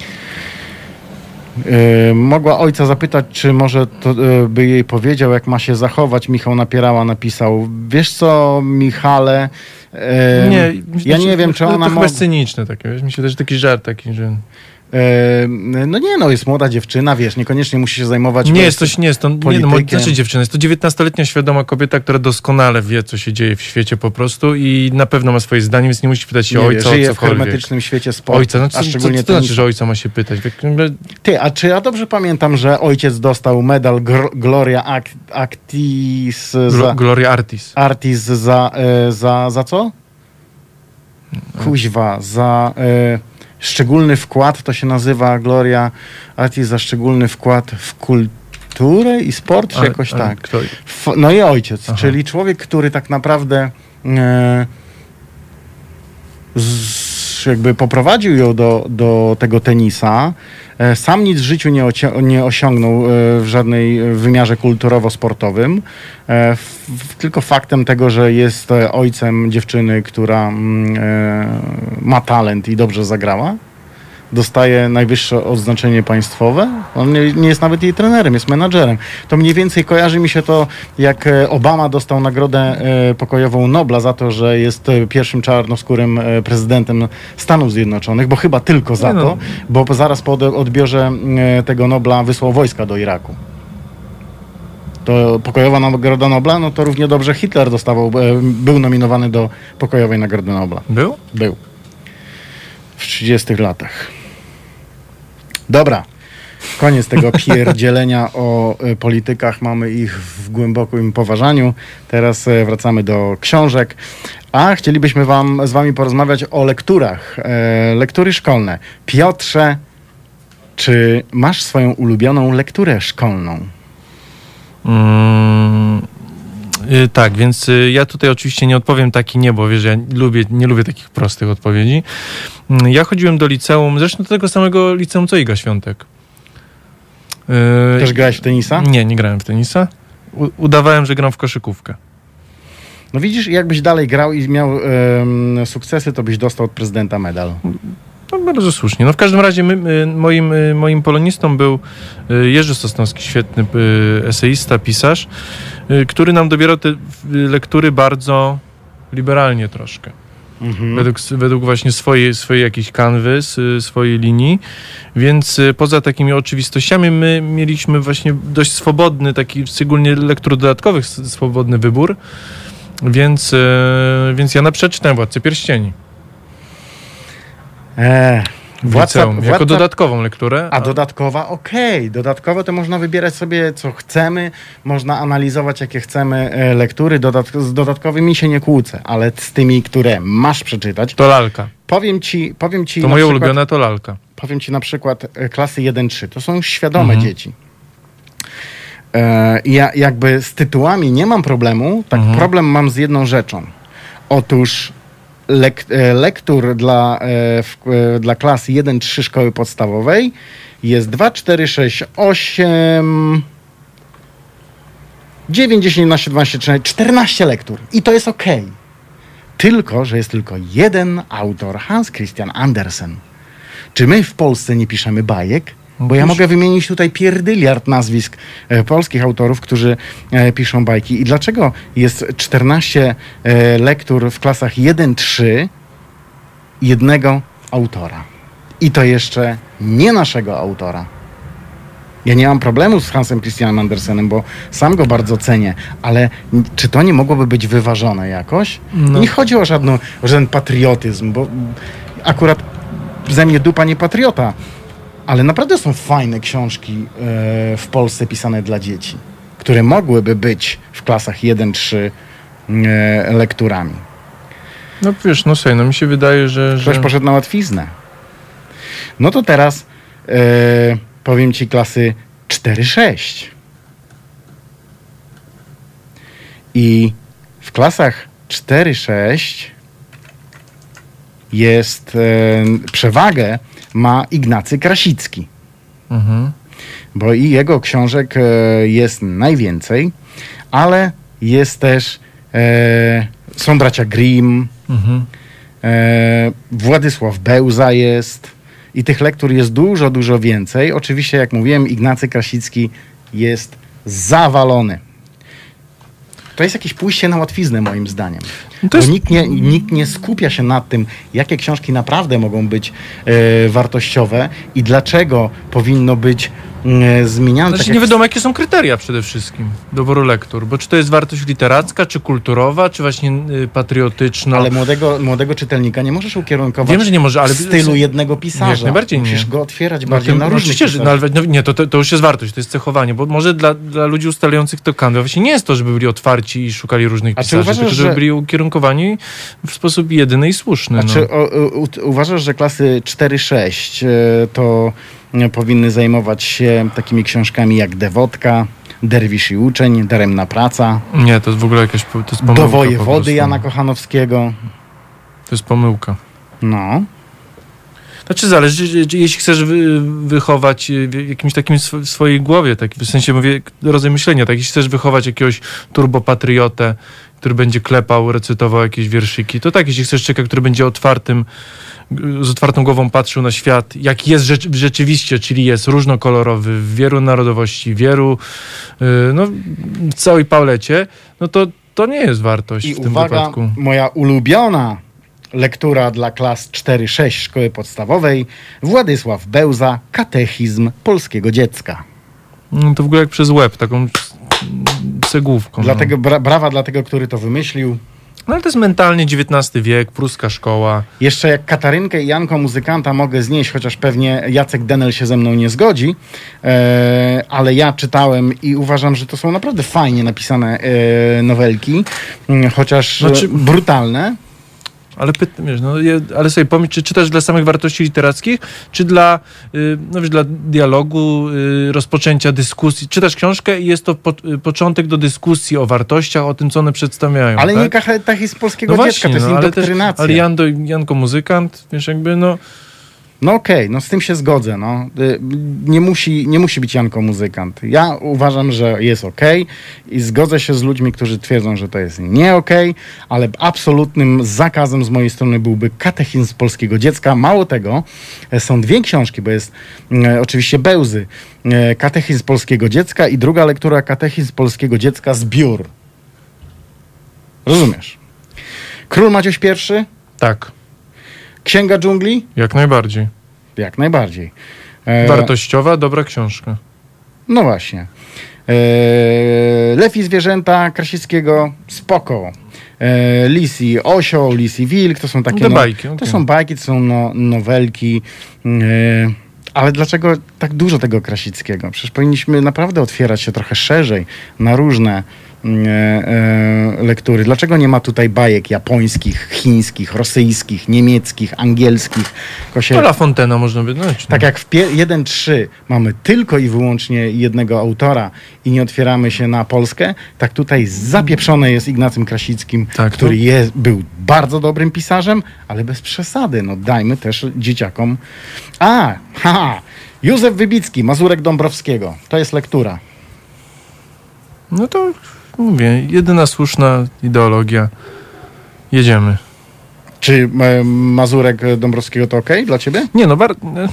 E, mogła ojca zapytać, czy może to, e, by jej powiedział, jak ma się zachować. Michał Napierała napisał. Wiesz co, Michale, e, Nie, ja nie wiem, czy to, ona to chyba ma... jest cyniczne takie, wiesz, mi się też taki żart taki, że... E, no nie, no jest młoda dziewczyna, wiesz, niekoniecznie musi się zajmować... Nie jest to, nie jest to, nie, no, politykiem. znaczy dziewczyna, jest to dziewiętnastoletnia świadoma kobieta, która doskonale wie, co się dzieje w świecie po prostu i na pewno ma swoje zdanie, więc nie musi pytać się Nie, ojca żyje o w cokolwiek. hermetycznym świecie sportu. Ojca, no co, a szczególnie co, co to znaczy, tenisa. że ojca ma się pytać? Ty, a czy ja dobrze pamiętam, że ojciec dostał medal Gr- Gloria Act- Actis za, Glo, Gloria Artis. Artis za, e, za, za co? Kuźwa, za e, szczególny wkład, to się nazywa Gloria Artis za szczególny wkład w kulturę i sport, czy Ale- jakoś ale tak. kto- F- no i ojciec, Aha. czyli człowiek, który tak naprawdę e, z, jakby poprowadził ją do, do tego tenisa. E, Sam nic w życiu nie, ocia- nie osiągnął e, w żadnej wymiarze kulturowo-sportowym. E, f- f- Tylko faktem tego, że jest e, ojcem dziewczyny, która mm, e, ma talent i dobrze zagrała, dostaje najwyższe odznaczenie państwowe. On nie, nie jest nawet jej trenerem, jest menadżerem. To mniej więcej kojarzy mi się to, jak e, Obama dostał nagrodę e, pokojową Nobla za to, że jest e, pierwszym czarnoskórym e, prezydentem Stanów Zjednoczonych, bo chyba tylko za Nie no. to, bo zaraz po ode- odbiorze e, tego Nobla wysłał wojska do Iraku. To pokojowa nagroda Nobla, no to równie dobrze Hitler dostawał, e, był nominowany do pokojowej nagrody Nobla. Był? Był. W trzydziestych latach. Dobra. Koniec tego pierdzielenia o y, politykach. Mamy ich w głębokim poważaniu. Teraz y, wracamy do książek. A chcielibyśmy wam, z wami porozmawiać o lekturach. E, lektury szkolne. Piotrze, czy masz swoją ulubioną lekturę szkolną? Mm, y, tak, więc y, ja tutaj oczywiście nie odpowiem tak i nie, bo wiesz, ja lubię, nie lubię takich prostych odpowiedzi. Mm, ja chodziłem do liceum, zresztą do tego samego liceum co Iga Świątek. Y, Też grałeś w tenisa? Nie, nie grałem w tenisa. U, udawałem, że gram w koszykówkę. No widzisz, jakbyś dalej grał i miał em, sukcesy, to byś dostał od prezydenta medal. No, bardzo słusznie. No w każdym razie my, y, moim, y, moim polonistą był y, Jerzy Sosnowski, świetny y, eseista, pisarz, y, który nam dobierał te y, lektury bardzo liberalnie troszkę. Mhm. Według, według właśnie swojej, swojej jakiejś kanwy, s- swojej linii. Więc y, poza takimi oczywistościami my mieliśmy właśnie dość swobodny, taki szczególnie lektur dodatkowych, s- swobodny wybór. Więc, y, więc ja na przykład czytałem Władcę Pierścieni. Eee, W władca, liceum, jako władca, dodatkową lekturę. a dodatkowa, okej. Dodatkowo to można wybierać sobie, co chcemy. Można analizować, jakie chcemy e, lektury. Dodat, z dodatkowymi się nie kłócę, ale z tymi, które masz przeczytać. To lalka. Powiem ci, powiem ci To na moja przykład, ulubiona to lalka. powiem ci na przykład e, klasy jeden trzy. To są świadome Mhm. dzieci. E, ja jakby z tytułami nie mam problemu, tak Mhm. problem mam z jedną rzeczą. Otóż lek, e, lektur dla, e, w, e, dla klas jeden trzy szkoły podstawowej jest dwa, cztery, sześć, osiem, dziewięć, dziesięć, jedenaście, dwanaście, trzynaście, czternaście lektur. I to jest okej. Tylko, że jest tylko jeden autor, Hans Christian Andersen. Czy my w Polsce nie piszemy bajek? Bo ja Pisz- mogę wymienić tutaj pierdyliard nazwisk e, polskich autorów, którzy e, piszą bajki. I dlaczego jest czternaście e, lektur w klasach jeden trzy jednego autora? I to jeszcze nie naszego autora. Ja nie mam problemu z Hansem Christianem Andersenem, bo sam go bardzo cenię, ale n- czy to nie mogłoby być wyważone jakoś? No. Nie chodzi o, żadną, o żaden patriotyzm, bo mm, akurat ze mnie dupa nie patriota, ale naprawdę są fajne książki e, w Polsce pisane dla dzieci, które mogłyby być w klasach jeden trzy e, lekturami. No wiesz, no słuchaj, no mi się wydaje, że... Ktoś że... poszedł na łatwiznę. No to teraz e, powiem ci klasy cztery sześć. I w klasach cztery sześć jest e, przewagę ma Ignacy Krasicki. Mhm. Bo i jego książek e, jest najwięcej, ale jest też e, są bracia Grimm, Mhm. e, Władysław Bełza jest i tych lektur jest dużo, dużo więcej. Oczywiście, jak mówiłem, Ignacy Krasicki jest zawalony. To jest jakieś pójście na łatwiznę, moim zdaniem. No to Bo jest... nikt, nie, nikt nie skupia się nad tym, jakie książki naprawdę mogą być e, wartościowe i dlaczego powinno być e, zmieniane. Znaczy tak nie jak... wiadomo, jakie są kryteria przede wszystkim doboru lektur, bo czy to jest wartość literacka, czy kulturowa, czy właśnie y, patriotyczna. Ale młodego, młodego czytelnika nie możesz ukierunkować Wiem, że nie może, ale w stylu jednego pisarza. jak najbardziej Musisz nie. go otwierać No, bardziej tym, na no, różnych oczywiście, że, no, pisarzy. ale, no, nie, to, to, to już jest wartość, to jest cechowanie, bo może dla, dla ludzi ustalających to kanwę właśnie nie jest to, żeby byli otwarci i szukali różnych A czy pisarzy, uważasz, tylko żeby że- byli ukierunkowani w sposób jedyny i słuszny. A no. czy o, u, uważasz, że klasy cztery sześć e, to e, powinny zajmować się takimi książkami jak Dewotka, Derwisz i uczeń, Daremna praca, Nie, to jest w ogóle jakaś to jest pomyłka. Do po wojewody prostu. Jana Kochanowskiego? To jest pomyłka. No. Znaczy zależy, czy- czy- jeśli chcesz wy, wychować y, w jakimś takim sw- w swojej głowie, tak, w sensie mówię, rodzaj myślenia, tak, jeśli chcesz wychować jakiegoś turbopatriotę, który będzie klepał, recytował jakieś wierszyki, to tak, jeśli chcesz człowieka, który będzie otwartym, y, z otwartą głową patrzył na świat, jak jest rzecz, rzeczywiście, czyli jest różnokolorowy, w wielu narodowości, wielu, y, no, w całej palecie, no to to nie jest wartość I w tym uwaga, wypadku. moja ulubiona lektura dla klas cztery sześć szkoły podstawowej, Władysław Bełza, Katechizm polskiego dziecka. No to w ogóle jak przez łeb, taką cegłówką. Dlatego bra- brawa dla tego, który to wymyślił. No ale to jest mentalnie dziewiętnasty wiek, pruska szkoła. Jeszcze jak Katarynkę i Janko Muzykanta mogę znieść, chociaż pewnie Jacek Denel się ze mną nie zgodzi, e, ale ja czytałem i uważam, że to są naprawdę fajnie napisane e, nowelki, m, chociaż Znaczy- znaczy... brutalne. Ale pytam, wiesz, no, je, ale sobie pomyśl, czy czytasz dla samych wartości literackich, czy dla, y, no wiesz, dla dialogu, y, rozpoczęcia dyskusji. Czytasz książkę i jest to po, y, początek do dyskusji o wartościach, o tym, co one przedstawiają. Ale tak? nie katechizm polskiego No dziecka, właśnie, to jest no, ale też, indoktrynacja. ale Jan, Janko Muzykant, wiesz, jakby, no... No okej, no z tym się zgodzę. No. Y, Nie, musi, nie musi być Janko Muzykant. Ja uważam, że jest okej i zgodzę się z ludźmi, którzy twierdzą, że to jest nie okej, ale absolutnym zakazem z mojej strony byłby Katechizm polskiego dziecka. Mało tego, e, są dwie książki, bo jest e, oczywiście Bełzy, e, Katechizm polskiego dziecka i druga lektura Katechizm polskiego dziecka zbiór. Rozumiesz? Król Maciuś I, Tak, Księga dżungli? jak najbardziej. Jak najbardziej. E, Wartościowa, dobra książka. No właśnie. E, Lew i zwierzęta Krasickiego, spoko. E, Lisi Osioł, Lisi Wilk, to są takie... Te no, bajki, To okej. są bajki, to są no, nowelki. E, ale dlaczego tak dużo tego Krasickiego? Przecież powinniśmy naprawdę otwierać się trochę szerzej na różne e, e, lektury. Dlaczego nie ma tutaj bajek japońskich, chińskich, rosyjskich, niemieckich, angielskich? Tylko się... To La Fontena można by znać. Tak jak w jeden trzy mamy tylko i wyłącznie jednego autora i nie otwieramy się na Polskę, tak tutaj zapieprzone jest Ignacym Krasickim, Tak, który to- jest, był bardzo dobrym pisarzem, ale bez przesady. No dajmy też dzieciakom. A, haha, Józef Wybicki, Mazurek Dąbrowskiego. To jest lektura. No to mówię, jedyna słuszna ideologia. Jedziemy. Czy e, Mazurek Dąbrowskiego to okej dla ciebie? Nie no, bar... E,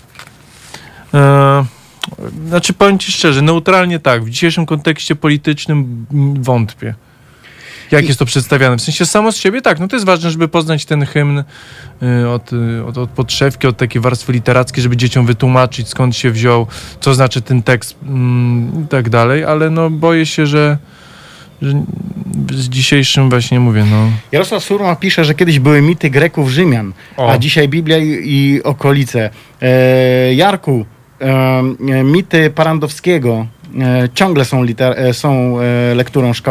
e, znaczy powiem ci szczerze, neutralnie tak, w dzisiejszym kontekście politycznym mm, wątpię. Jak I- jest to przedstawiane? W sensie samo z siebie tak, no to jest ważne, żeby poznać ten hymn y, od, y, od, od podszewki, od takiej warstwy literackiej, żeby dzieciom wytłumaczyć, skąd się wziął, co znaczy ten tekst mm, i tak dalej, ale no boję się, że, że z dzisiejszym właśnie mówię, no... Jarosław Surma pisze, że kiedyś były mity Greków, Rzymian, O. a dzisiaj Biblia i, i okolice. E, Jarku, e, mity Parandowskiego e, ciągle są, liter, e, są e, lekturą szkolną.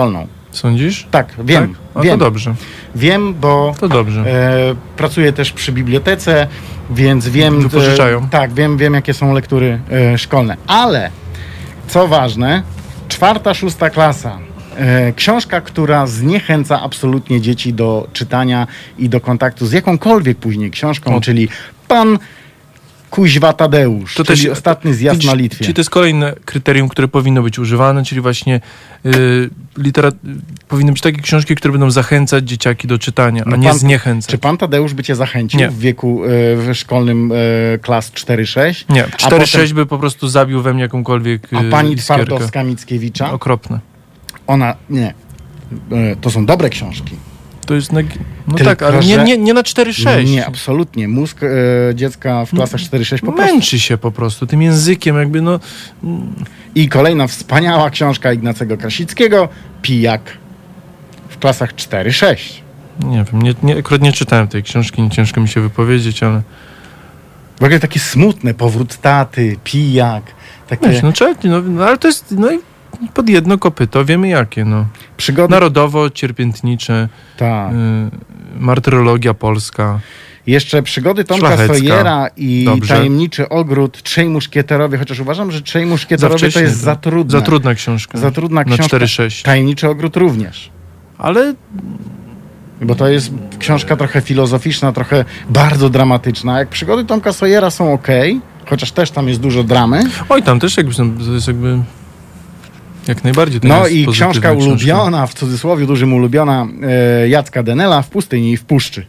Sądzisz? Tak, wiem. Tak? A wiem. to dobrze. Wiem, bo To dobrze. e, pracuję też przy bibliotece, więc wiem... Wypożyczają. E, tak, wiem, wiem, jakie są lektury e, szkolne. Ale, co ważne, czwarta, szósta klasa. E, książka, która zniechęca absolutnie dzieci do czytania i do kontaktu z jakąkolwiek później książką, O. czyli Pan Kuźwa Tadeusz, To czyli też- ostatni zjazd Widzisz, na Litwie. Czyli to jest kolejne kryterium, które powinno być używane, czyli właśnie y, literat... powinny być takie książki, które będą zachęcać dzieciaki do czytania, No a nie pan- zniechęcać. Czy pan Tadeusz by cię zachęcił Nie. w wieku e, w szkolnym e, klas cztery sześć? Nie, A cztery sześć by po prostu zabił we mnie jakąkolwiek A y, pani iskierkę. Twardowska-Mickiewicza? Okropne. Ona, nie. E, To są dobre książki. To jest... Neg... No Tylko, tak, ale że- nie, nie, nie na cztery sześć. Nie, absolutnie. Mózg e, dziecka w klasach cztery sześć po prostu. Męczy się po prostu tym językiem, jakby no... I kolejna wspaniała książka Ignacego Krasickiego, Pijak w klasach cztery sześć. Nie wiem, nie, nie, akurat nie czytałem tej książki, nie ciężko mi się wypowiedzieć, ale... W ogóle takie smutne, powrót taty, pijak, takie Wiesz, no, trzeba, no, no ale to jest no i pod jedno kopyto, wiemy jakie, no. przygody. Narodowo, cierpiętnicze, Tak. y, martyrologia polska. Jeszcze przygody Tomka Szlachecka. Sawyera i Dobrze. Tajemniczy Ogród, Trzej Muszkieterowie, chociaż uważam, że Trzej Muszkieterowie to wcześnie, jest za trudne. Za trudna książka. Za trudna Na książka. cztery sześć. Tajemniczy Ogród również. Ale Bo to jest książka trochę filozoficzna, trochę bardzo dramatyczna. Jak przygody Tomka Sawyera są okej, chociaż też tam jest dużo dramy. oj, tam też jakby są- to jest jakby jak najbardziej to No jest i pozytywna książka ulubiona, w cudzysłowie dużym ulubiona, e, Jacka Denela, W pustyni i w puszczy,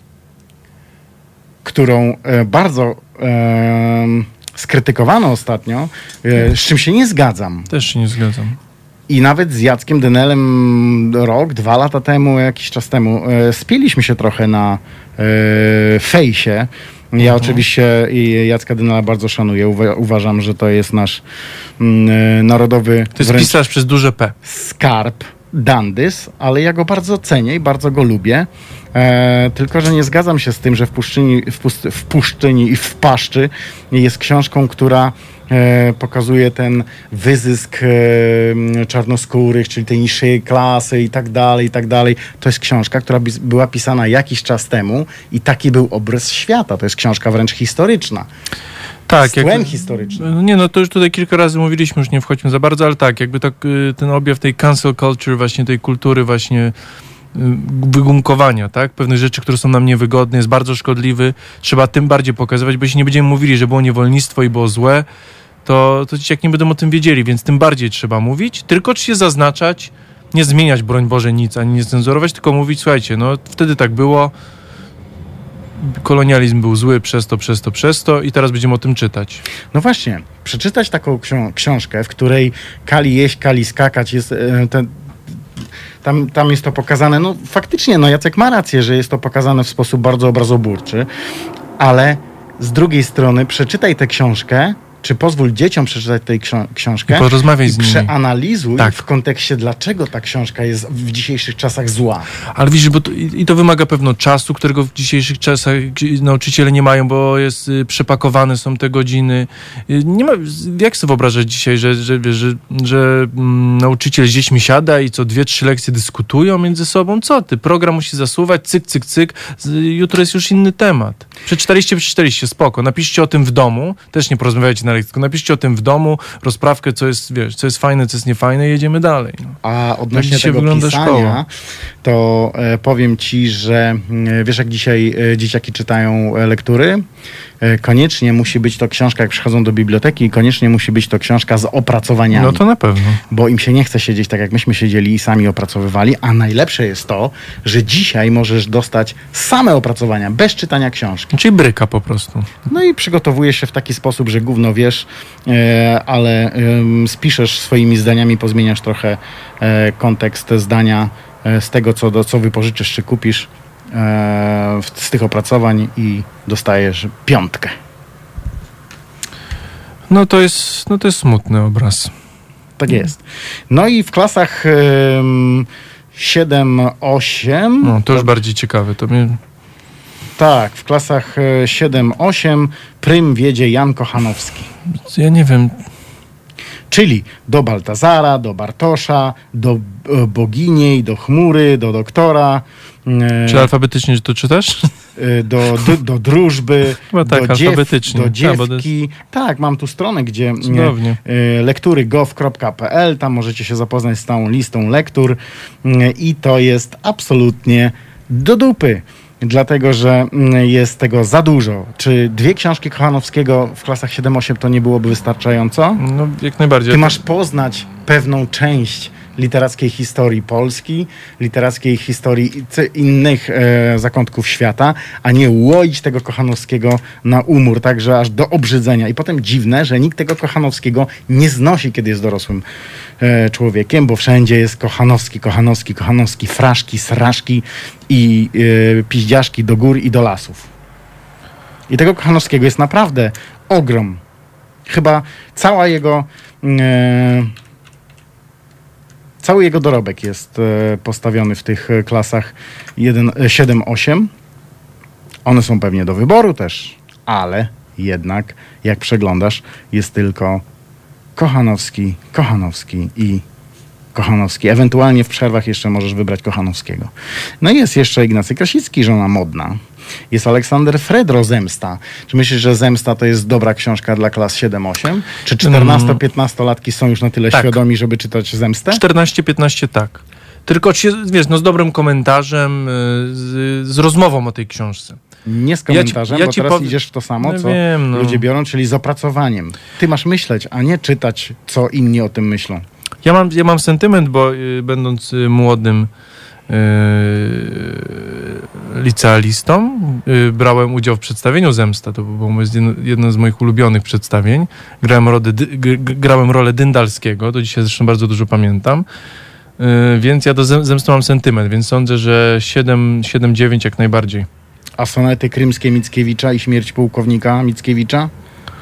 którą e, bardzo e, skrytykowano ostatnio, e, z czym się nie zgadzam. Też się nie zgadzam. I nawet z Jackiem Denelem rok, dwa lata temu, jakiś czas temu, e, spieliśmy się trochę na e, fejsie. Ja oczywiście i Jacka Denela bardzo szanuję. Uwa- uważam, że to jest nasz mm, e, narodowy To jest wręcz pisarz przez duże P. skarb, dandys, ale ja go bardzo cenię i bardzo go lubię. E, tylko, że nie zgadzam się z tym, że w puszczyni, w, pust, w puszczyni i w paszczy jest książką, która e, pokazuje ten wyzysk e, czarnoskórych, czyli tej niższej klasy i tak dalej, i tak dalej. To jest książka, która bis, była pisana jakiś czas temu i taki był obraz świata. To jest książka wręcz historyczna. Tak, Z tłem historycznym. No nie, no to już tutaj kilka razy mówiliśmy, już nie wchodźmy za bardzo, ale tak, jakby tak, y, ten objaw tej cancel culture, właśnie tej kultury właśnie y, wygumkowania, tak? Pewnych rzeczy, które są nam niewygodne, jest bardzo szkodliwy. Trzeba tym bardziej pokazywać, bo jeśli nie będziemy mówili, że było niewolnictwo i było złe, to, to dzieciaki nie będą o tym wiedzieli, więc tym bardziej trzeba mówić, tylko czy się zaznaczać, nie zmieniać, broń Boże, nic, ani nie cenzurować, tylko mówić, słuchajcie, no wtedy tak było, kolonializm był zły przez to, przez to, przez to i teraz będziemy o tym czytać. No właśnie, przeczytać taką ksią- książkę, w której kali jeść, kali skakać, jest e, ten, tam, tam jest to pokazane, no faktycznie, no Jacek ma rację, że jest to pokazane w sposób bardzo obrazoburczy, ale z drugiej strony przeczytaj tę książkę, czy pozwól dzieciom przeczytać tę ksią- książkę I porozmawiaj i z nimi. przeanalizuj Tak. w kontekście, dlaczego ta książka jest w dzisiejszych czasach zła. Ale widzisz, bo to, i, i to wymaga pewno czasu, którego w dzisiejszych czasach gdzie nauczyciele nie mają, bo jest y, przepakowane są te godziny. Y, nie ma, jak sobie wyobrażać dzisiaj, że, że, wiesz, że, że mm, nauczyciel z dziećmi siada i co dwie, trzy lekcje dyskutują między sobą? Co ty? Program musi zasuwać, cyk, cyk, cyk. Z, jutro jest już inny temat. Przeczytaliście, przeczytaliście, spoko. Napiszcie o tym w domu. Też nie porozmawiajcie na lekcji, tylko napiszcie o tym w domu, rozprawkę, co jest, wiesz, co jest fajne, co jest niefajne i jedziemy dalej. No. A odnośnie dzisiaj tego wygląda pisania, szkoła. to e, powiem ci, że e, wiesz, jak dzisiaj e, dzieciaki czytają e, lektury? E, koniecznie musi być to książka, jak przychodzą do biblioteki, i koniecznie musi być to książka z opracowaniami. No to na pewno. Bo im się nie chce siedzieć tak, jak myśmy siedzieli i sami opracowywali, a najlepsze jest to, że dzisiaj możesz dostać same opracowania, bez czytania książki. Czyli bryka po prostu. No i przygotowujesz się w taki sposób, że gówno wiesz, e, ale em, spiszesz swoimi zdaniami, pozmieniasz trochę e, kontekst zdania e, z tego, co, do, co wypożyczysz czy kupisz e, w, z tych opracowań i dostajesz piątkę. No to jest, no to jest smutny obraz. Tak jest. No i w klasach em, siedem osiem... No, to już bardziej ciekawe. To mnie... Tak, w klasach e, siedem osiem prym wiedzie Jan Kochanowski. Ja nie wiem. Czyli do Baltazara, do Bartosza, do e, Boginiej, do Chmury, do Doktora. e, Czy alfabetycznie to czytasz? e, do, do, do Drużby, Chyba tak, do, dziew, alfabetycznie. do Tak, bo to jest- Dziewki. Tak, mam tu stronę, gdzie Cudownie. e, lektury gov kropka p l, tam możecie się zapoznać z całą listą lektur e, i to jest absolutnie do dupy. Dlatego, że mm, jest tego za dużo. Czy dwie książki Kochanowskiego w klasach siedem osiem to nie byłoby wystarczająco? No, jak najbardziej. Ty masz poznać pewną część literackiej historii Polski, literackiej historii i c- innych e, zakątków świata, a nie łoić tego Kochanowskiego na umór, także aż do obrzydzenia. I potem dziwne, że nikt tego Kochanowskiego nie znosi, kiedy jest dorosłym e, człowiekiem, bo wszędzie jest Kochanowski, Kochanowski, Kochanowski, fraszki, sraszki i e, piździaszki do gór i do lasów. I tego Kochanowskiego jest naprawdę ogrom. Chyba cała jego... E, Cały jego dorobek jest e, postawiony w tych e, klasach siedem osiem. One są pewnie do wyboru też, ale jednak, jak przeglądasz, jest tylko Kochanowski, Kochanowski i Kochanowski. Ewentualnie w przerwach jeszcze możesz wybrać Kochanowskiego. No i jest jeszcze Ignacy Krasicki, Żona modna. Jest Aleksander Fredro, Zemsta. Czy myślisz, że Zemsta to jest dobra książka dla klas siedem osiem? Czy czternasto-piętnastolatki są już na tyle Tak. świadomi, żeby czytać Zemstę? czternaście piętnaście tak. Tylko ci, wiesz, no z dobrym komentarzem, y, z, z rozmową o tej książce. Nie z Ja ci- komentarzem, ja bo ci teraz powie- idziesz w to samo, No co wiem, no. ludzie biorą, czyli z opracowaniem. Ty masz myśleć, a nie czytać, co inni o tym myślą. Ja mam, ja mam sentyment, bo y, będąc y, młodym y, licealistą, y, brałem udział w przedstawieniu Zemsta. To było jedno, jedno z moich ulubionych przedstawień. Grałem rolę, dy, g, g, grałem rolę Dyndalskiego, do dzisiaj zresztą bardzo dużo pamiętam. Y, więc ja do Zem- Zemsty mam sentyment, więc sądzę, że siedem dziewięć jak najbardziej. A sonety krymskie Mickiewicza i śmierć pułkownika Mickiewicza?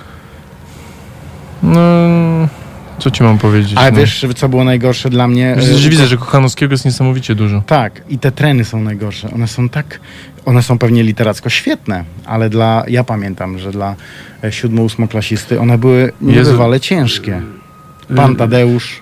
No, co ci mam powiedzieć? A no. wiesz, co było najgorsze dla mnie? Widzę, że, E, widzę, że Kochanowskiego jest niesamowicie dużo. Tak, i te treny są najgorsze. One są tak, one są pewnie literacko świetne, ale dla, ja pamiętam, że dla e, siódmo-ósmoklasisty one były niebywale ciężkie. Pan Tadeusz.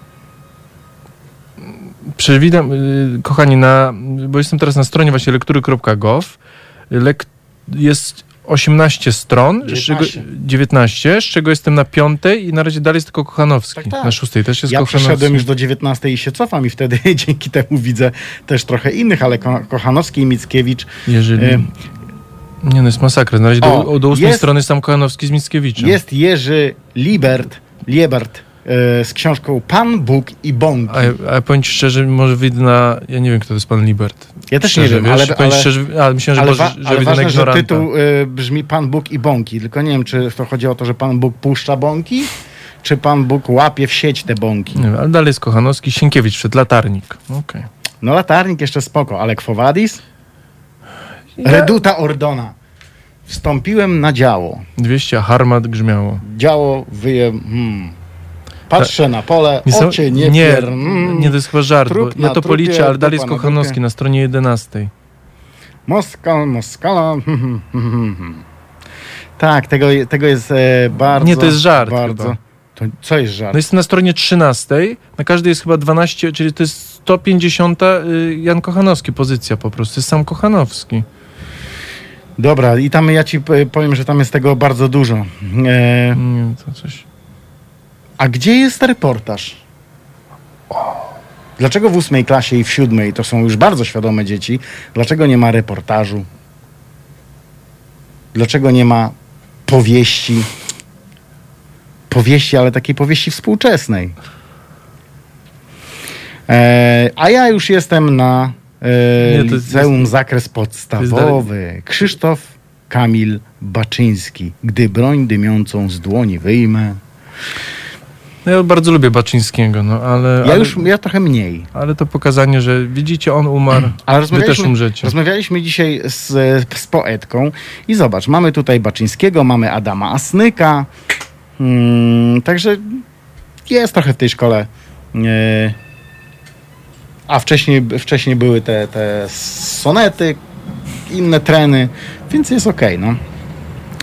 Przewitam, y, kochani, na, bo jestem teraz na stronie właśnie lektury kropka gov. Lek, jest osiemnaście stron, z czego, dziewiętnaście. dziewiętnaście, z czego jestem na piątej i na razie dalej jest tylko Kochanowski. Tak, tak. Na szóstej też jest Ja Kochanowski. przeszedłem już do dziewiętnastej i się cofam i wtedy dzięki temu widzę też trochę innych, ale Ko- Kochanowski i Mickiewicz. Jeżeli... e, Nie, no jest masakra. Na razie O, do, do ósmej jest- strony jest tam Kochanowski z Mickiewiczem. Jest Jerzy Liebert, Liebert e, z książką Pan, Bóg i Bąki. A, ja- a ja powiem ci szczerze, może wyjdę na... Ja nie wiem, kto to jest pan Libert. Ja też Szczerze, nie wiem, wiesz, ale, powiem ci ale, szczerze, a, myślałem, że, ale, Boże, wa- że ale wyjdę na ważne, że ignoranta. tytuł y, brzmi Pan Bóg i Bąki. Tylko nie wiem, czy to chodzi o to, że Pan Bóg puszcza bąki, czy Pan Bóg łapie w sieć te bąki. Nie wiem, ale dalej jest Kochanowski, Sienkiewicz przed Latarnik. Okej. No Latarnik jeszcze spoko, ale Quo Vadis? Reduta Ordona. Wstąpiłem na działo. dwieście, a Harmat grzmiało. Działo wyje... Hmm. Patrzę na pole, Nie, są- ocie nie, nie, pier... Mm. nie, to jest chyba żart, Trup bo ja na to trupie, policzę, ale dalej jest dupa na Kochanowski dupie. na stronie jedenastej. Moskal, Moskala... hmm, hmm, hmm, hmm. Tak, tego, tego jest e, bardzo... Nie, to jest żart Bardzo... chyba. To, co jest żart? No jest na stronie trzynastej, na każdej jest chyba dwanaście, czyli to jest sto pięćdziesiąta y, Jan Kochanowski pozycja po prostu, jest sam Kochanowski. Dobra, i tam ja ci p- powiem, że tam jest tego bardzo dużo. E, Nie, to coś... a gdzie jest reportaż? Dlaczego w ósmej klasie i w siódmej, to są już bardzo świadome dzieci, dlaczego nie ma reportażu? Dlaczego nie ma powieści? Powieści, ale takiej powieści współczesnej. E, a ja już jestem na e, Nie, to jest- liceum zakres podstawowy. Krzysztof Kamil Baczyński. Gdy broń dymiącą z dłoni wyjmę. No ja bardzo lubię Baczyńskiego, no ale... Ja ale, już, ja trochę mniej. ale to pokazanie, że widzicie, on umarł, Ale wy też rozmawialiśmy, umrzecie. rozmawialiśmy dzisiaj z, z poetką i zobacz, mamy tutaj Baczyńskiego, mamy Adama Asnyka, hmm, także jest trochę w tej szkole. E, a wcześniej, wcześniej były te, te sonety, inne treny, więc jest okej, no.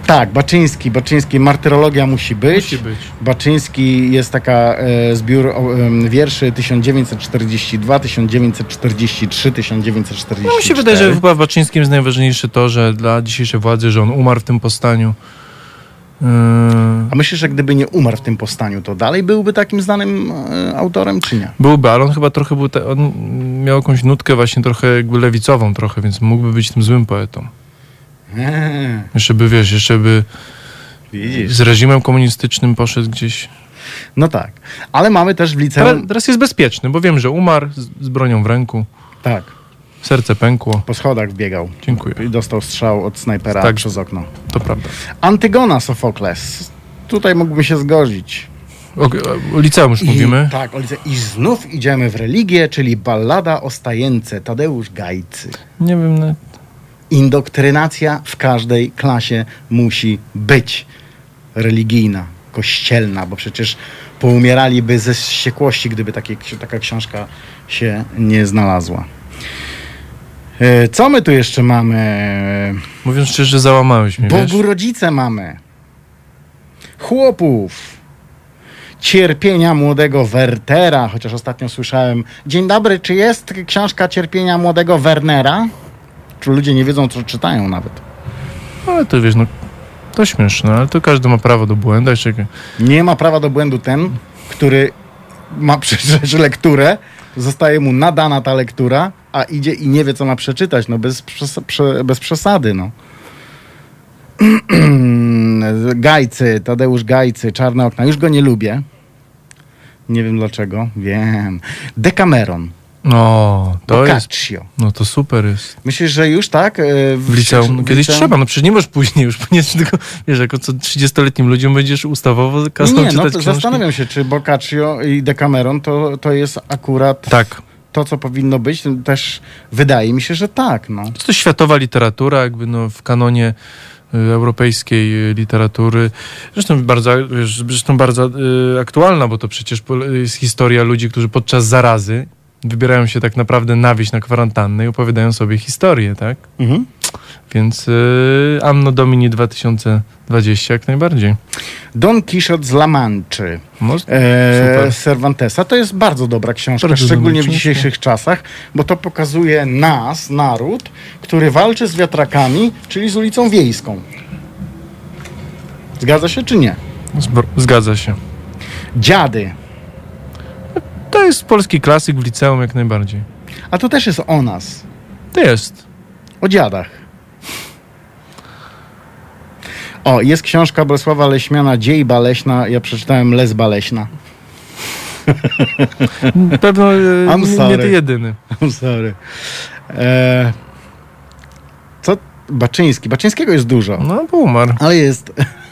Tak, Baczyński, Baczyński, martyrologia musi być. Musi być. Baczyński jest taka e, zbiór o, e, wierszy tysiąc dziewięćset czterdziesty drugi, tysiąc dziewięćset czterdziesty trzeci, tysiąc dziewięćset czterdziesty czwarty. No mi się wydaje, że chyba w Baczyńskim jest najważniejsze to, że dla dzisiejszej władzy, że on umarł w tym powstaniu. Yy... A myślisz, że gdyby nie umarł w tym powstaniu, to dalej byłby takim znanym e, autorem, czy nie? Byłby, ale on chyba trochę był, te, on miał jakąś nutkę właśnie trochę jakby lewicową trochę, więc mógłby być tym złym poetą. Eee, Jeszcze by, wiesz, jeszcze by widzisz. z reżimem komunistycznym poszedł gdzieś. No tak, ale mamy też w Teraz, liceum... teraz jest bezpieczny, bo wiem, że umarł z, z bronią w ręku, Tak, serce pękło. po schodach wbiegał. Dziękuję. I dostał strzał od snajpera Tak. przez okno. To prawda. Antygona Sofokles. Tutaj mógłbym się zgodzić. O, o liceum już I, mówimy. Tak, o lice- i znów idziemy w religię, czyli ballada o stajence, Tadeusz Gajcy. Nie wiem, no, Indoktrynacja w każdej klasie musi być religijna, kościelna, bo przecież poumieraliby ze wściekłości, gdyby takie, taka książka się nie znalazła. E, Co my tu jeszcze mamy? mówiąc szczerze, załamałeś mnie, wiesz? Bogu rodzice mamy. Chłopów. Cierpienia młodego Wertera, chociaż ostatnio słyszałem: dzień dobry, czy jest książka Cierpienia młodego Wernera? Czy ludzie nie wiedzą, co czytają nawet? Ale to wiesz, no to śmieszne, ale to każdy ma prawo do błędu. Jeszcze... Nie ma prawa do błędu ten, który ma przeczytać lekturę, zostaje mu nadana ta lektura, a idzie i nie wie, co ma przeczytać. No bez, przes- prze- bez przesady, no. Gajcy, Tadeusz Gajcy, Czarne okna. Już go nie lubię. Nie wiem dlaczego. Wiem. Decameron. No, to jest... Boccaccio. No to super jest. Myślisz, że już tak? e, W liceum no, w kiedyś liceum? trzeba, no przecież nie możesz później już, nie tylko, wiesz, jako co trzydziestoletnim ludziom będziesz ustawowo kazał Nie, no czytać to książki. zastanawiam się, czy Boccaccio i Decameron to, to jest akurat Tak. to, co powinno być. Też wydaje mi się, że tak, no. To jest światowa literatura, jakby no w kanonie y, europejskiej y, literatury. Zresztą bardzo, wiesz, zresztą bardzo y, aktualna, bo to przecież po- jest historia ludzi, którzy podczas zarazy wybierają się tak naprawdę na wieś, na kwarantannę i opowiadają sobie historię, tak? Mhm. Więc y, Anno Domini dwa tysiące dwadzieścia jak najbardziej. Don Quixote z La Manczy No, e, super. Cervantesa to jest bardzo dobra książka, Bardzo szczególnie dobra w książka. dzisiejszych czasach, bo to pokazuje nas, naród, który walczy z wiatrakami, czyli z ulicą Wiejską. Zgadza się, czy nie? Zbro- Zgadza się. Dziady. To jest polski klasyk w liceum jak najbardziej. A to też jest o nas. To jest. O dziadach. O, jest książka Bolesława Leśmiana, Dziejba Leśna. Ja przeczytałem Lesba Leśna. Pewno y, I'm nie, nie sorry. ty jedyny. I'm sorry. E, co? Baczyński. Baczyńskiego jest dużo, No, bo umarł. ale jest...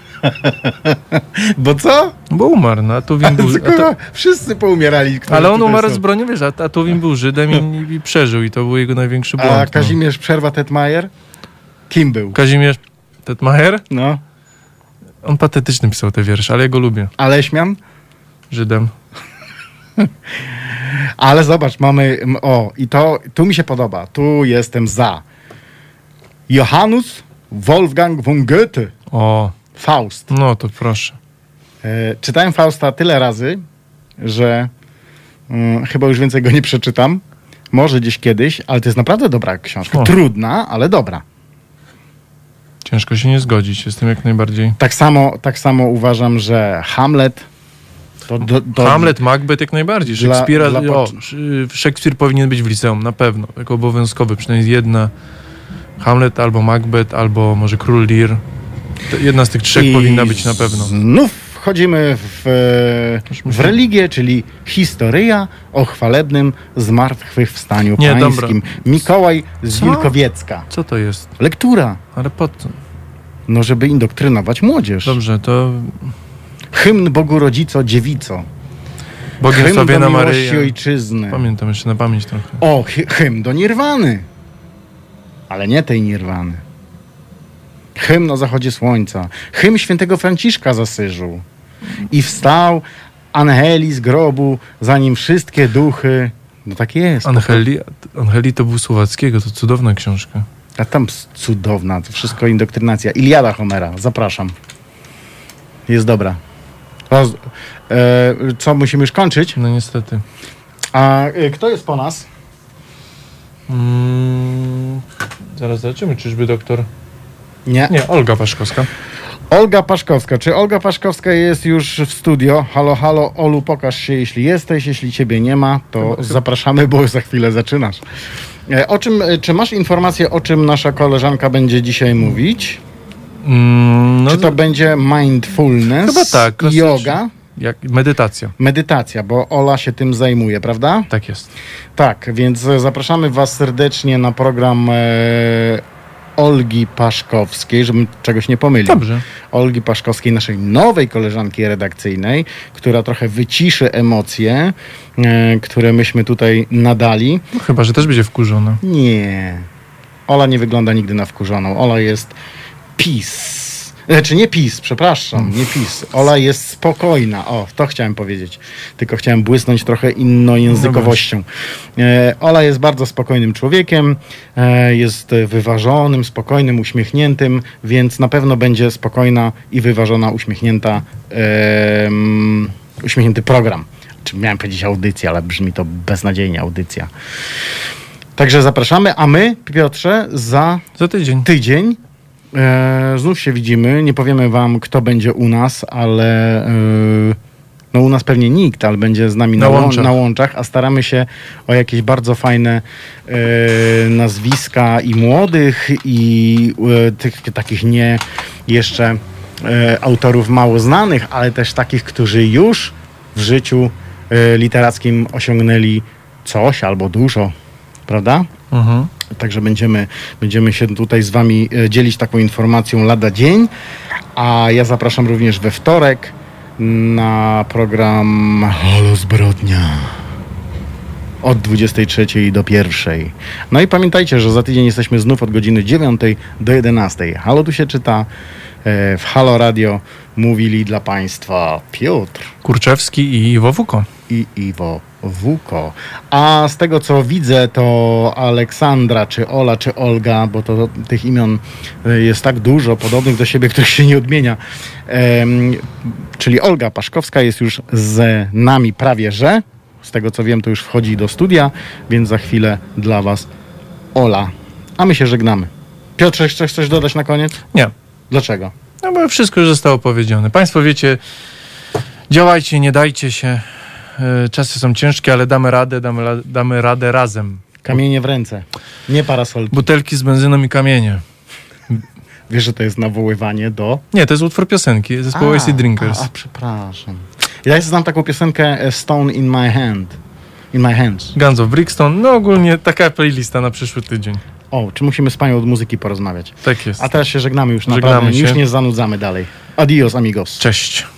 Bo co? Bo umarł, no, a Tuwim był... A to, Kurwa, wszyscy poumierali. którzy ale on tutaj umarł są. z bronią, wiesz, a, a Tuwim był Żydem i, i przeżył i to był jego największy błąd. A no. Kazimierz Przerwa-Tetmajer? Kim był? Kazimierz Tetmajer? No. On patetyczny pisał te wiersze, ale ja go lubię. A Leśmian? Żydem. Ale zobacz, mamy... m, O, i to tu mi się podoba. Tu jestem za. Johannes Wolfgang von Goethe. O, Faust. no to proszę. E, czytałem Fausta tyle razy, że mm, chyba już więcej go nie przeczytam. Może gdzieś kiedyś, ale to jest naprawdę dobra książka. O. Trudna, ale dobra. Ciężko się nie zgodzić, jestem jak najbardziej... Tak samo, tak samo uważam, że Hamlet... To, do, do, Hamlet, Macbeth jak najbardziej. Dla- Szekspira, dla o, pocz- Sz- Szekspir powinien być w liceum, na pewno. Jako obowiązkowy, przynajmniej jedna. Hamlet albo Macbeth, albo może Król Lear. To jedna z tych trzech I powinna być na pewno. Znów wchodzimy w, e, w religię, czyli historia o chwalebnym zmartwychwstaniu Nie, pańskim. Mikołaj z Co? Wilkowiecka. Co to jest? Lektura. Ale po co? No, żeby indoktrynować młodzież. Dobrze, to Hymn Bogu Rodzico, Dziewico. Bogiem Hymn do sławiona miłości Maryja. ojczyzny. Pamiętam jeszcze na pamięć trochę. O, hy- hymn do Nirwany. Ale nie tej Nirwany. Hymn o zachodzie słońca. Hymn świętego Franciszka z Asyżu. I wstał Angeli z grobu, zanim wszystkie duchy... No tak jest. Angeli, Angeli to był Słowackiego, to cudowna książka. A tam cudowna, to wszystko indoktrynacja. Iliada Homera, zapraszam. Jest dobra. Roz... E, co, musimy już kończyć? No niestety. A e, kto jest po nas? Mm, zaraz zobaczymy, czyżby doktor... Nie. Nie, Olga Paszkowska. Olga Paszkowska. Czy Olga Paszkowska jest już w studio? Halo, halo, Olu, pokaż się, jeśli jesteś. Jeśli ciebie nie ma, to Chyba, zapraszamy, bo za chwilę zaczynasz. E, o czym, czy masz informację, o czym nasza koleżanka będzie dzisiaj mówić? Mm, no, Czy to będzie mindfulness, chyba tak, klasycznie. yoga, Jak medytacja. medytacja, bo Ola się tym zajmuje, prawda? Tak jest. Tak, więc zapraszamy was serdecznie na program e, Olgi Paszkowskiej, żebym czegoś nie pomylił. Dobrze. Olgi Paszkowskiej, naszej nowej koleżanki redakcyjnej, która trochę wyciszy emocje, e, które myśmy tutaj nadali. No, chyba, że też będzie wkurzona. Nie. Ola nie wygląda nigdy na wkurzoną. Ola jest peace. Znaczy nie PiS, przepraszam, nie PiS. Ola jest spokojna. O, to chciałem powiedzieć. Tylko chciałem błysnąć trochę inną językowością. E, Ola jest bardzo spokojnym człowiekiem. E, jest wyważonym, spokojnym, uśmiechniętym, więc na pewno będzie spokojna i wyważona, uśmiechnięta e, um, uśmiechnięty program. Czy miałem powiedzieć audycja, ale brzmi to beznadziejnie, audycja. Także zapraszamy, a my, Piotrze, za Za tydzień. tydzień e, znów się widzimy. Nie powiemy wam, kto będzie u nas, ale e, no u nas pewnie nikt, ale będzie z nami Na na, łą- łączach. na łączach, a staramy się o jakieś bardzo fajne e, nazwiska i młodych, i e, tych takich nie jeszcze e, autorów mało znanych, ale też takich, którzy już w życiu e, literackim osiągnęli coś albo dużo, prawda? Mhm. Także będziemy, będziemy się tutaj z wami e, dzielić taką informacją lada dzień, a ja zapraszam również we wtorek na program Halo Zbrodnia od dwudziestej trzeciej do pierwszej. No i pamiętajcie, że za tydzień jesteśmy znów od godziny dziewiątej do jedenastej. Halo tu się czyta. E, w Halo Radio mówili dla państwa Piotr Kurczewski i Iwo Wuko. i Iwo Wuko. A z tego, co widzę, to Aleksandra, czy Ola, czy Olga, bo to tych imion jest tak dużo, podobnych do siebie, których się nie odmienia. Ehm, czyli Olga Paszkowska jest już z nami prawie, że. Z tego, co wiem, to już wchodzi do studia, więc za chwilę dla was Ola. A my się żegnamy. Piotrze, chcesz coś dodać na koniec? Nie. Dlaczego? No bo wszystko już zostało powiedziane. Państwo wiecie, działajcie, nie dajcie się. E, Czasy są ciężkie, ale damy radę, damy, la- damy radę razem. Kamienie w ręce, nie parasolki. Butelki z benzyną i kamienie. Wiesz, że to jest nawoływanie do... Nie, to jest utwór piosenki zespołu A C Drinkers. A, a, przepraszam. Ja znam taką piosenkę e, Stone in my hand. In my hands. Guns of Brixton, no ogólnie taka playlista na przyszły tydzień. O, czy musimy z panią od muzyki porozmawiać? Tak jest. A teraz się żegnamy już Żegnamy naprawdę. się. Już nie zanudzamy dalej. Adios, amigos. Cześć.